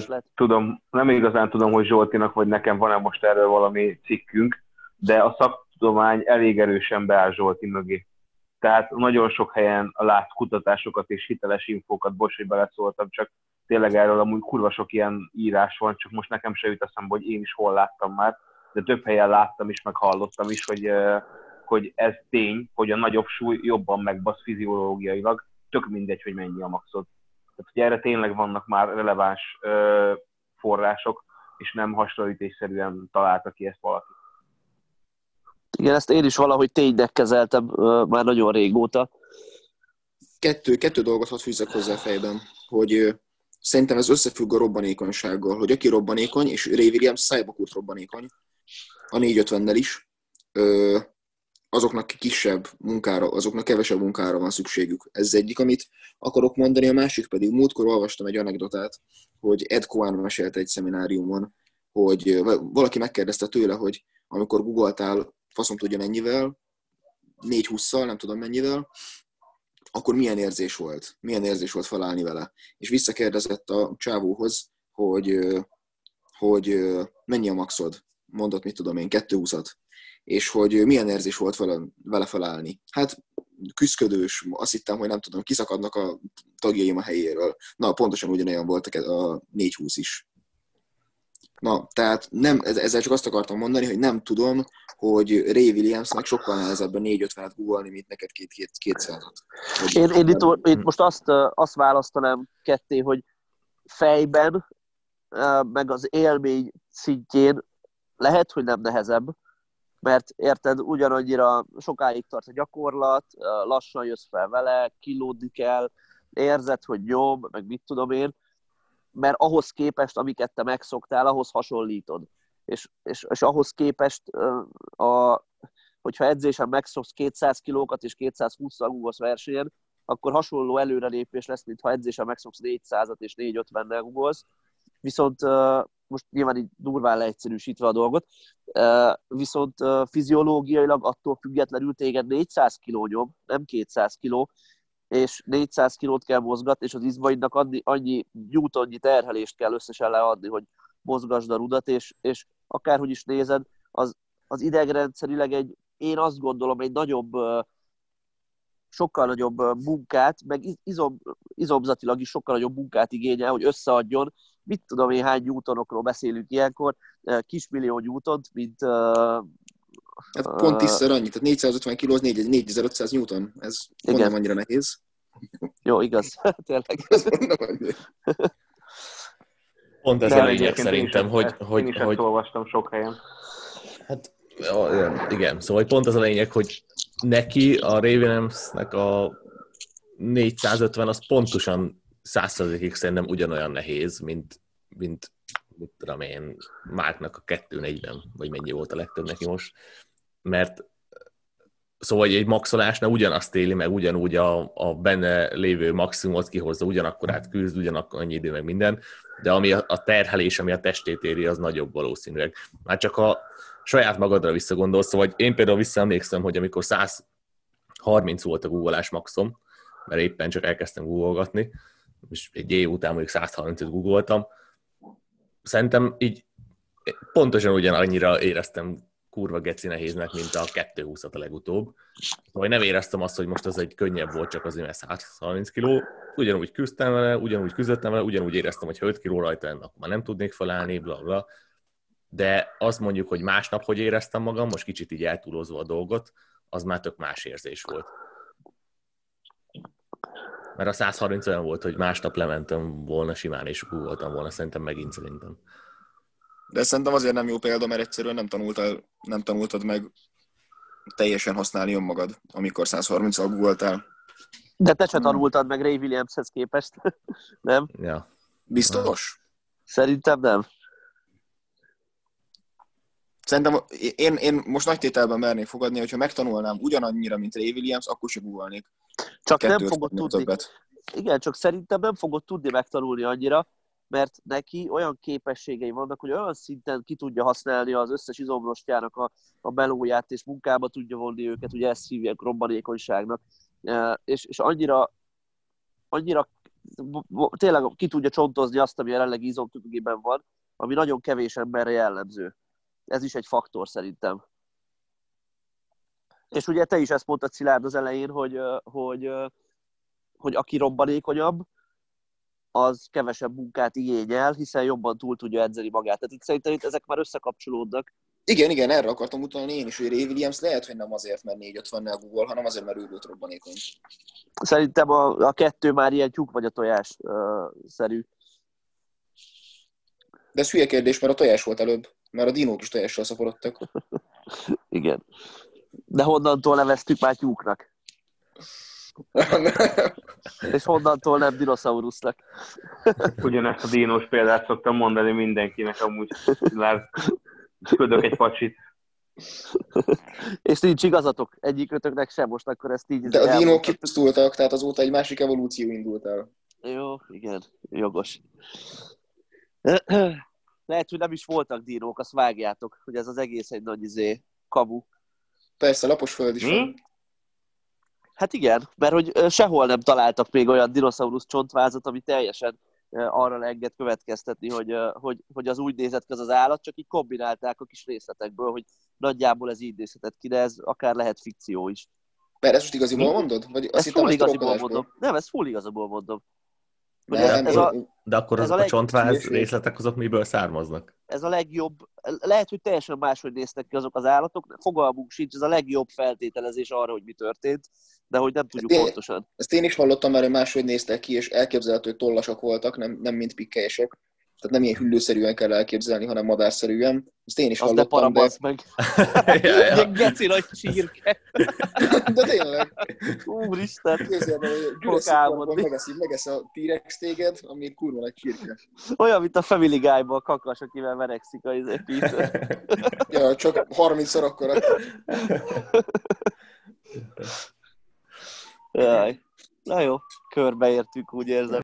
igazán tudom, hogy Zsoltinak vagy nekem van-e most erről valami cikkünk, de a szaktudomány elég erősen beáll Zsolti mögé. Tehát nagyon sok helyen látsz kutatásokat és hiteles infókat, bocs, hogy beleszóltam, csak tényleg erről amúgy kurva sok ilyen írás van, csak most nekem se jut eszembe, hogy én is hol láttam már, de több helyen láttam is, meg hallottam is, hogy ez tény, hogy a nagyobb súly jobban megbasz fiziológiailag, tök mindegy, hogy mennyi a maxod. Tehát, hogy erre tényleg vannak már releváns források, és nem hasonlítésszerűen találta ki ezt valaki. Igen, ezt én is valahogy ténynek kezeltem már nagyon régóta. Kettő dolgot hadd fűzzek hozzá a fejben, hogy szerintem ez összefügg a robbanékonysággal, hogy aki robbanékony, és Ray Williams Cyberkurt robbanékony, a 450-nel is, azoknak kisebb munkára, azoknak kevesebb munkára van szükségük. Ez egyik, amit akarok mondani, a másik pedig múltkor olvastam egy anekdotát, hogy Ed Cohen mesélte egy szemináriumon, hogy valaki megkérdezte tőle, hogy amikor googoltál faszom tudja mennyivel, 420-szal, nem tudom mennyivel, akkor milyen érzés volt? Milyen érzés volt felállni vele? És visszakérdezett a csávóhoz, hogy mennyi a maxod? Mondott, mit tudom én, 220-at. És hogy milyen érzés volt vele felállni. Hát küszködős, azt hittem, hogy nem tudom, kiszakadnak a tagjaim a helyéről. Na, pontosan ugyanolyan volt a 420 is. Na, tehát ezzel csak azt akartam mondani, hogy nem tudom, hogy Ray Williamsnek sokkal nehezebb a 450-et googolni, mint neked 200-at. Én itt most azt választanám ketté, hogy fejben, meg az élmény szintjén lehet, hogy nem nehezebb, mert érted, ugyanannyira sokáig tart a gyakorlat, lassan jössz fel vele, kilódni kell, érzed, hogy nyom, meg mit tudom én, mert ahhoz képest, amiket te megszoktál, ahhoz hasonlítod. És ahhoz képest, hogyha edzésen megszoksz 200 kilókat és 220-szal googolsz versenyen, akkor hasonló előrelépés lesz, mint ha edzésen megszoksz 400-at és 450-nel googolsz. Viszont most nyilván így durván leegyszerűsítve a dolgot, viszont fiziológiailag attól függetlenül téged 400 kiló nyom, nem 200 kiló, és 400 kilót kell mozgatni, és az izmaidnak annyi newtonnyi terhelést kell összesen leadni, hogy mozgasd a rudat, és akárhogy is nézed, az idegrendszerileg én azt gondolom, egy sokkal nagyobb munkát, meg izomzatilag is sokkal nagyobb munkát igényel, hogy összeadjon, mit tudom én, hány newtonokról beszélünk ilyenkor, kismillió newtont, mint... Hát pont 10-szer annyi, tehát 450 kiló az 4500 newton, ez pont nem annyira nehéz. Jó, igaz, tényleg. Pont ez a lényeg szerintem, hogy... Én is ezt olvastam sok helyen. Hát, igen, szóval pont ez a lényeg, hogy neki, a Ray Williamsnek a 450 az pontosan 100%-ig szerintem ugyanolyan nehéz, mint mit tudom én, Marknak a 240, vagy mennyi volt a legtöbb neki most. Mert Szóval egy maxolásnál ugyanazt éli, meg ugyanúgy a benne lévő maximumot kihozza, ugyanakkorát küzd, ugyanakkor annyi idő, meg minden, de ami a terhelés, ami a testét éri, az nagyobb valószínűleg. Már csak a saját magadra visszagondolsz, szóval én például visszaemlékszem, hogy amikor 130 volt a googolás maxom, mert éppen csak elkezdtem googolgatni, és egy év után mondjuk 130-et googoltam, szerintem így pontosan ugyanannyira éreztem kurva geci nehéznek, mint a 220-at a legutóbb. Vagy nem éreztem azt, hogy most az egy könnyebb volt, csak azért, mert 130 kiló. Ugyanúgy küzdtem vele, ugyanúgy küzdöttem vele, ugyanúgy éreztem, hogy ha 5 kiló rajta lenne, akkor már nem tudnék felállni, bla bla. De azt mondjuk, hogy másnap, hogy éreztem magam, most kicsit így eltúlozva a dolgot, az már tök más érzés volt. Mert a 130 olyan volt, hogy másnap lementem volna simán, és googoltam volna, szerintem. De szerintem azért nem jó példa, mert egyszerűen nem tanultad meg teljesen használni önmagad, amikor 130-al googoltál. De te se tanultad meg Ray Williamshez képest, nem? Ja. Biztos? Szerintem nem. Szerintem én most nagy tételben mernék fogadni, hogyha megtanulnám ugyanannyira, mint Ray Williams, akkor se googolnék. Csak nem fogod tudni. Igen, csak szerintem nem fogod tudni megtanulni annyira, mert neki olyan képességei vannak, hogy olyan szinten ki tudja használni az összes izomrostjának a melóját, és munkába tudja vonni őket, ugye ezt hívják robbanékonyságnak, és annyira tényleg ki tudja csontozni azt, ami jelenleg izomtömegében van, ami nagyon kevés emberre jellemző. Ez is egy faktor szerintem. És ugye te is ezt mondtad, Szilárd, az elején, hogy aki robbanékonyabb, az kevesebb munkát igényel, hiszen jobban túl tudja edzeni magát. Tehát itt szerintem ezek már összekapcsolódnak. Igen, erre akartam utalni én is, hogy Ray Williams lehet, hogy nem azért, mert 450-nel Google, hanem azért, mert ő volt robbanékony. Szerintem a kettő már ilyen tyúk vagy a tojás szerű. De ez hülye kérdés, mert a tojás volt előbb, mert a dinók is tojással szaporodtak. Igen. De honnantól neveztük már tyúknak? És honnantól nem dinoszaurusznak? Ugyanezt a dínos példát szoktam mondani mindenkinek, amúgy ködök egy pacsit. És nincs igazatok egyikőtöknek sem, most akkor ezt így... De a dinók kipusztultak, tehát azóta egy másik evolúció indult el. Jó, igen, jogos. Lehet, hogy nem is voltak dinók, azt vágjátok, hogy ez az egész egy nagy kamu. Persze, lapos föld is van. Hát igen, mert hogy sehol nem találtak még olyan dinoszaurusz csontvázat, ami teljesen arra enged következtetni, hogy az úgy nézett ki az állat, csak így kombinálták a kis részletekből, hogy nagyjából ez így nézhetett ki, de ez akár lehet fikció is. Mert ezt most igaziból mondod? Vagy azt ezt full igaziból mondom. Nem, ezt full igaziból mondom. De akkor a csontváz részletek azok miből származnak? Ez a legjobb, lehet, hogy teljesen máshogy néztek ki azok az állatok, fogalmunk sincs, ez a legjobb feltételezés arra, hogy mi történt, de hogy nem tudjuk pontosan. Ezt én is hallottam már, hogy máshogy néztek ki, és elképzelhető, hogy tollasak voltak, nem mint pikkelyesek. Tehát nem ilyen hüllőszerűen kell elképzelni, hanem madárszerűen. Ezt én is hallottam, de... parabasz meg. Ilyen geci nagy csirke. De tényleg. Úristen. Képzeljem, hogy Jurassic megeszi a T-rex téged, ami kurva nagy csirke. Olyan, mint a Family Guy-ban a kakas, akivel verekszik a Peter. Ja, csak 30-szor akkora. Jaj. Na jó, körbeértünk, úgy érzem.